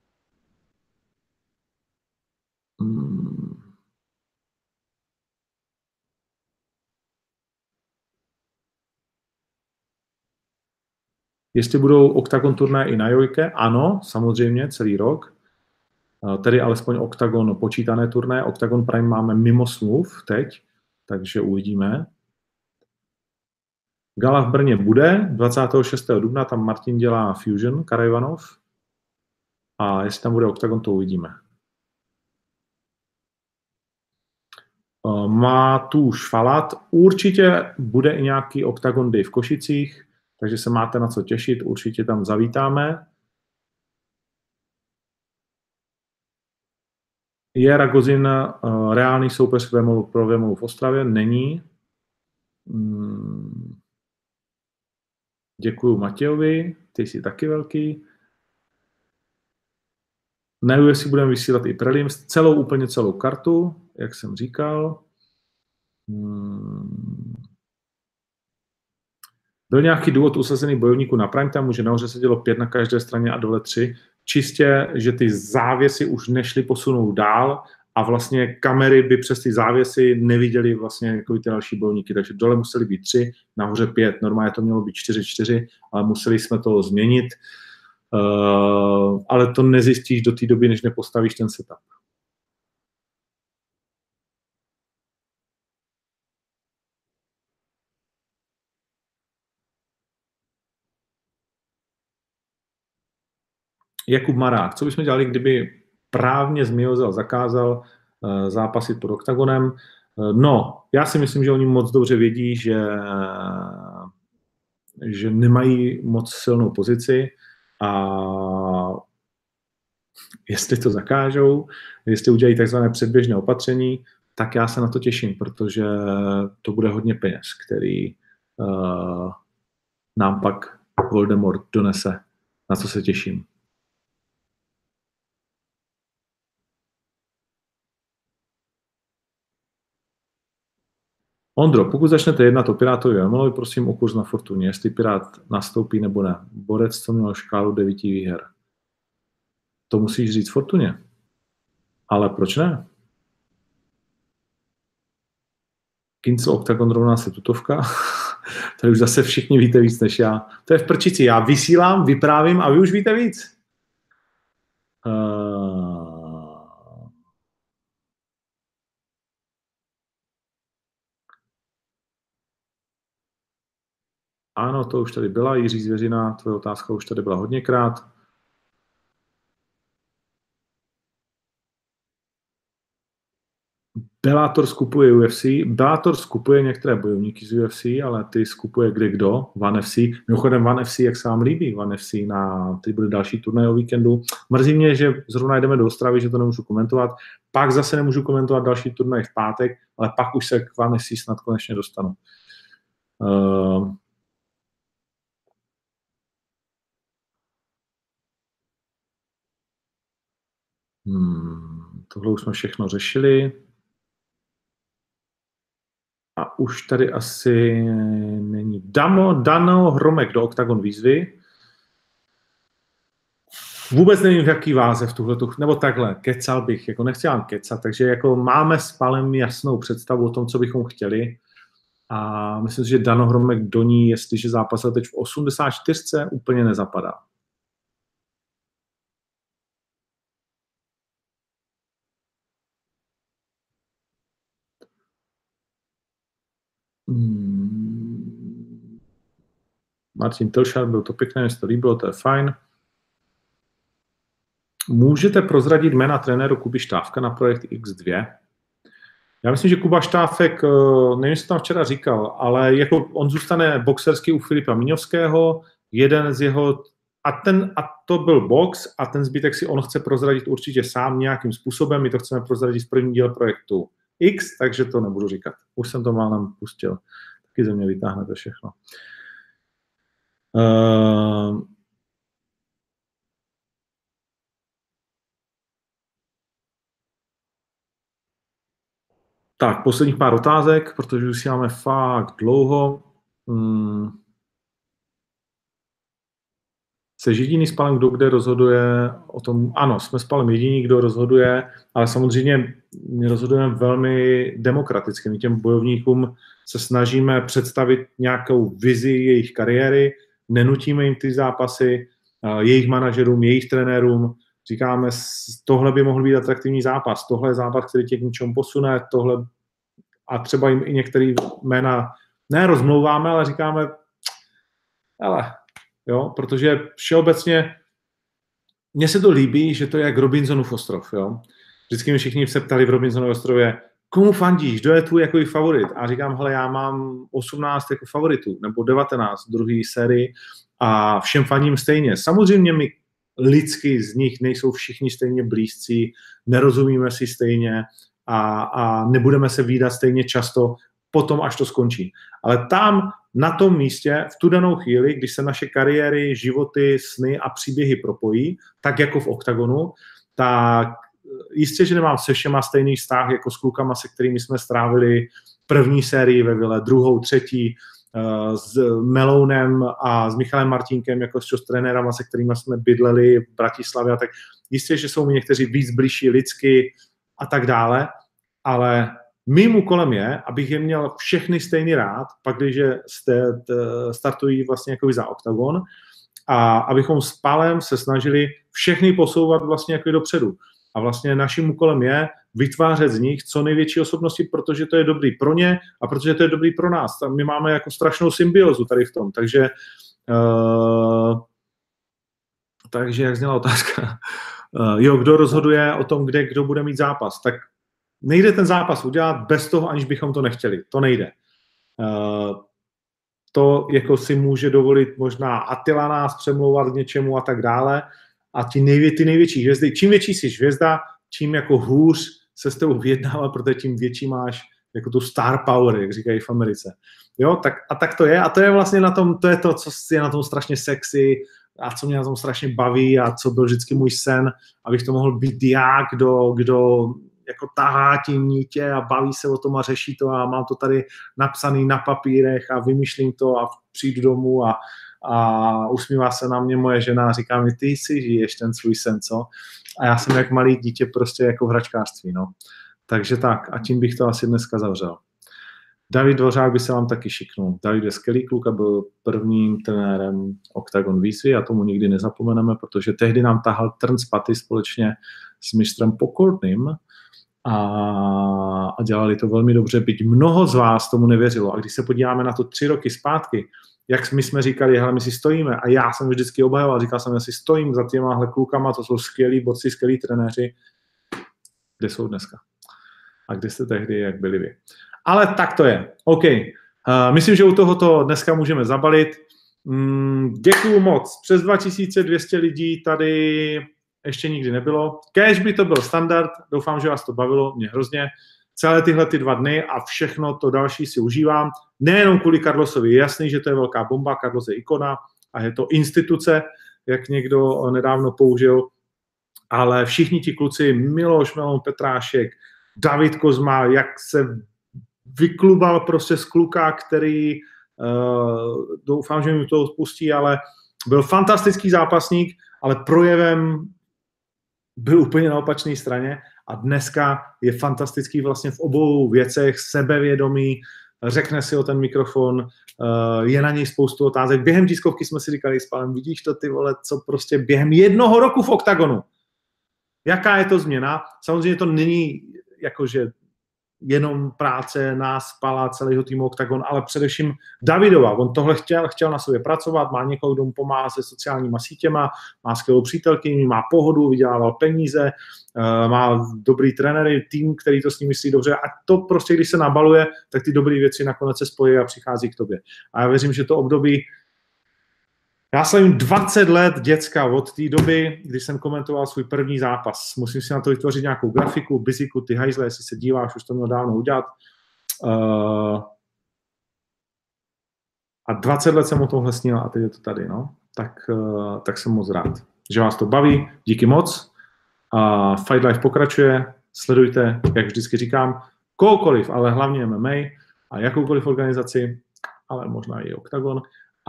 Jestli budou Octagon turnaje i na Jojke, ano, samozřejmě, celý rok. Tedy alespoň Octagon počítané turnaje. Octagon Prime máme mimo smluv teď, takže uvidíme. Gala v Brně bude 26. dubna, tam Martin dělá Fusion, Karajvanov. A jestli tam bude Octagon, to uvidíme. Má tu Švalat. Určitě bude i nějaký Octagon Day v Košicích, takže se máte na co těšit, určitě tam zavítáme. Je Ragozin reálný soupeř pro Vemolu v Ostravě? Není. Děkuju Matějovi, ty jsi taky velký. Na UFC budeme vysílat i prelims, úplně celou kartu, jak jsem říkal. Byl nějaký důvod usazený bojovníků na prime timeu, že nahoře se dělo 5 na každé straně a dole 3. Čistě, že ty závěsy už nešly posunout dál a vlastně kamery by přes ty závěsy neviděly vlastně jako ty další bojovníky. Takže dole museli být 3, nahoře 5. Normálně to mělo být 4-4, ale museli jsme to změnit. Ale to nezjistíš do té doby, než nepostavíš ten setup. Jakub Marák, co bychom dělali, kdyby právně Zmiozel zakázal zápasit pod Octagonem? No, já si myslím, že oni moc dobře vědí, že nemají moc silnou pozici a jestli to zakážou, jestli udělají takzvané předběžné opatření, tak já se na to těším, protože to bude hodně peněz, který nám pak Voldemort donese. Na co se těším. Ondro, pokud začnete jednat o Pirátovi Vemolovi, prosím o kurz na Fortuně, jestli Pirát nastoupí nebo ne. Borec, co měl škálu 9 výher. To musíš říct Fortuně. Ale proč ne? Kincel Octagon rovná se tutovka. Tady už zase všichni víte víc než já. To je v prčici. Já vysílám, vyprávím a vy už víte víc. Ano, to už tady byla. Jiří Zvěřina, tvoje otázka už tady byla hodněkrát. Bellator skupuje UFC. Bellator skupuje některé bojovníky z UFC, ale ty skupuje kde kdo. One FC. Mimochodem One FC, jak se vám líbí? One FC ty bude další turnaj o víkendu. Mrzí mě, že zrovna jdeme do Ostravy, že to nemůžu komentovat. Pak zase nemůžu komentovat další turnaj v pátek, ale pak už se k One FC snad konečně dostanu. Tohle už jsme všechno řešili. A už tady asi není. Dano Hromek do Octagon výzvy. Vůbec nevím, v jaký váze v tuhletu, nebo takhle, kecal bych, jako nechci vám kecat, takže jako máme s Palem jasnou představu o tom, co bychom chtěli a myslím si, že Dano Hromek do ní, jestliže zápasil teď v 84, úplně nezapadá. Martin Tilšar, byl to pěkné, mě se to líbilo, to je fajn. Můžete prozradit jména trenéru Kuby Štávka na projekt X2? Já myslím, že Kuba Štáfek, nevím, jestli tam včera říkal, ale jako on zůstane boxersky u Filipa Miňovského, jeden z jeho, a to byl box a ten zbytek si on chce prozradit určitě sám nějakým způsobem, my to chceme prozradit v první díl projektu X, takže to nebudu říkat. Už jsem to málem pustil. Taky ze mě vytáhnete všechno. Tak, posledních pár otázek, protože už si máme fakt dlouho. Jsi jediný s Palem, kdo kde rozhoduje o tom? Ano, jsme s Palem jediný, kdo rozhoduje, ale samozřejmě my rozhodujeme velmi demokraticky. My těm bojovníkům se snažíme představit nějakou vizi jejich kariéry, nenutíme jim ty zápasy, jejich manažerům, jejich trenérům. Říkáme, tohle by mohl být atraktivní zápas, tohle je zápas, který tě k něčemu posune, tohle a třeba jim i některé jména ne rozmlouváme, ale říkáme, ale jo, protože všeobecně mně se to líbí, že to je jak Robinsonův ostrov, jo. Vždycky mi všichni se ptali v Robinsonově ostrově, komu fandíš, kdo je tvůj jako favorit? A říkám, hele, já mám 18 jako favoritů, nebo 19 druhý sérii a všem fandím stejně. Samozřejmě my lidsky z nich nejsou všichni stejně blízcí, nerozumíme si stejně a nebudeme se vídat stejně často potom, až to skončí. Ale tam, na tom místě, v tu danou chvíli, když se naše kariéry, životy, sny a příběhy propojí, tak jako v OKTAGONu, tak jistě, že nemám se všema stejný vztah jako s klukama, se kterými jsme strávili první sérii ve Vile, druhou, třetí, s Melounem a s Michalem Martínkem jako s trenérama, se kterými jsme bydleli v Bratislavě. Tak jistě, že jsou mi někteří víc blížší lidsky a tak dále, ale mým úkolem je, abych je měl všechny stejný rád, pak když startují vlastně jako za OKTAGON a abychom s Palem se snažili všechny posouvat vlastně jako dopředu. A vlastně naším úkolem je vytvářet z nich co největší osobnosti, protože to je dobrý pro ně a protože to je dobrý pro nás. My máme jako strašnou symbiozu tady v tom. Takže jak zněla otázka? Kdo rozhoduje o tom, kde kdo bude mít zápas? Tak nejde ten zápas udělat bez toho, aniž bychom to nechtěli. To nejde. To jako si může dovolit možná Attila nás přemlouvat k něčemu a tak dále. A ty největší hvězdy, čím větší jsi hvězda, čím jako hůř se s tebou vyjednává, protože tím větší máš jako tu star power, jak říkají v Americe. Jo, tak to je. A to je vlastně na tom, to je to, co je na tom strašně sexy a co mě na tom strašně baví a co byl vždycky můj sen, abych to mohl být já, kdo jako tahá tím nítě a baví se o tom a řeší to a mám to tady napsaný na papírech a vymýšlím to a přijdu domů a usmívá se na mě moje žena a říká mi, ty si žiješ ten svůj sen, co? A já jsem jak malý dítě prostě jako v hračkářství, no. Takže tak, a tím bych to asi dneska zavřel. David Dvořák by se vám taky šiknul. David je skvělý kluk a byl prvním trenérem OKTAGON výzvy a tomu nikdy nezapomeneme, protože tehdy nám tahal trn z paty společně s mistrem Pokorným a dělali to velmi dobře, byť mnoho z vás tomu nevěřilo. A když se podíváme na to 3 roky zpátky, jak my jsme říkali, hele, my si stojíme, a já jsem vždycky obhajoval, říkal jsem, já si stojím za těmahle klukama, to jsou skvělí borci, skvělí trenéři, kde jsou dneska? A kde jste tehdy, jak byli vy? Ale tak to je. OK. Myslím, že u tohoto dneska můžeme zabalit. Děkuju moc. Přes 2200 lidí tady ještě nikdy nebylo. Kéž by to byl standard, doufám, že vás to bavilo, mě hrozně. Celé tyhle 2 dny a všechno to další si užívám. Nejenom kvůli Carlosovi, je jasný, že to je velká bomba, Carlos je ikona a je to instituce, jak někdo nedávno použil, ale všichni ti kluci, Miloš, Melon, Petrášek, David Kozma, jak se vyklubal prostě z kluka, který doufám, že mi to odpustí, ale byl fantastický zápasník, ale projevem byl úplně na opačné straně a dneska je fantastický vlastně v obou věcech, sebevědomý, řekne si o ten mikrofon, je na něj spoustu otázek. Během tiskovky jsme si říkali s Palem, vidíš to ty vole, co prostě během 1 roku v OKTAGONu. Jaká je to změna? Samozřejmě to není jakože jenom práce nás, Pala, celého týmu Octagon, ale především Davidova. On tohle chtěl na sobě pracovat, má někoho, kdo mu pomáhá se sociálníma sítěma, má skvělou přítelkyni, má pohodu, vydělával peníze, má dobrý trenéry, tým, který to s ním myslí dobře a to prostě, když se nabaluje, tak ty dobré věci nakonec se spojí a přichází k tobě. A já věřím, že to období já slavím 20 let děcka od té doby, kdy jsem komentoval svůj první zápas. Musím si na to vytvořit nějakou grafiku, biziku, ty hajzle, jestli se díváš, už to měl dávno udělat. A 20 let jsem o tomhle snil a teď je to tady, no. Tak jsem moc rád, že vás to baví. Díky moc. Fight Life pokračuje. Sledujte, jak vždycky říkám, kohokoliv, ale hlavně MMA a jakoukoliv organizaci, ale možná i Octagon.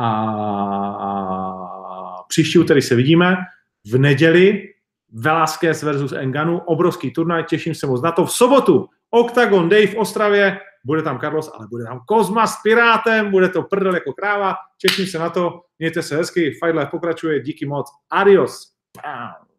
A příští úterý se vidíme. V neděli Velázquez versus Ngannou, obrovský turnaj, těším se moc na to. V sobotu Octagon Day v Ostravě, bude tam Carlos, ale bude tam Kozma s Pirátem, bude to prdel jako kráva, těším se na to, mějte se hezky, Fight Life pokračuje, díky moc, adios. Bam.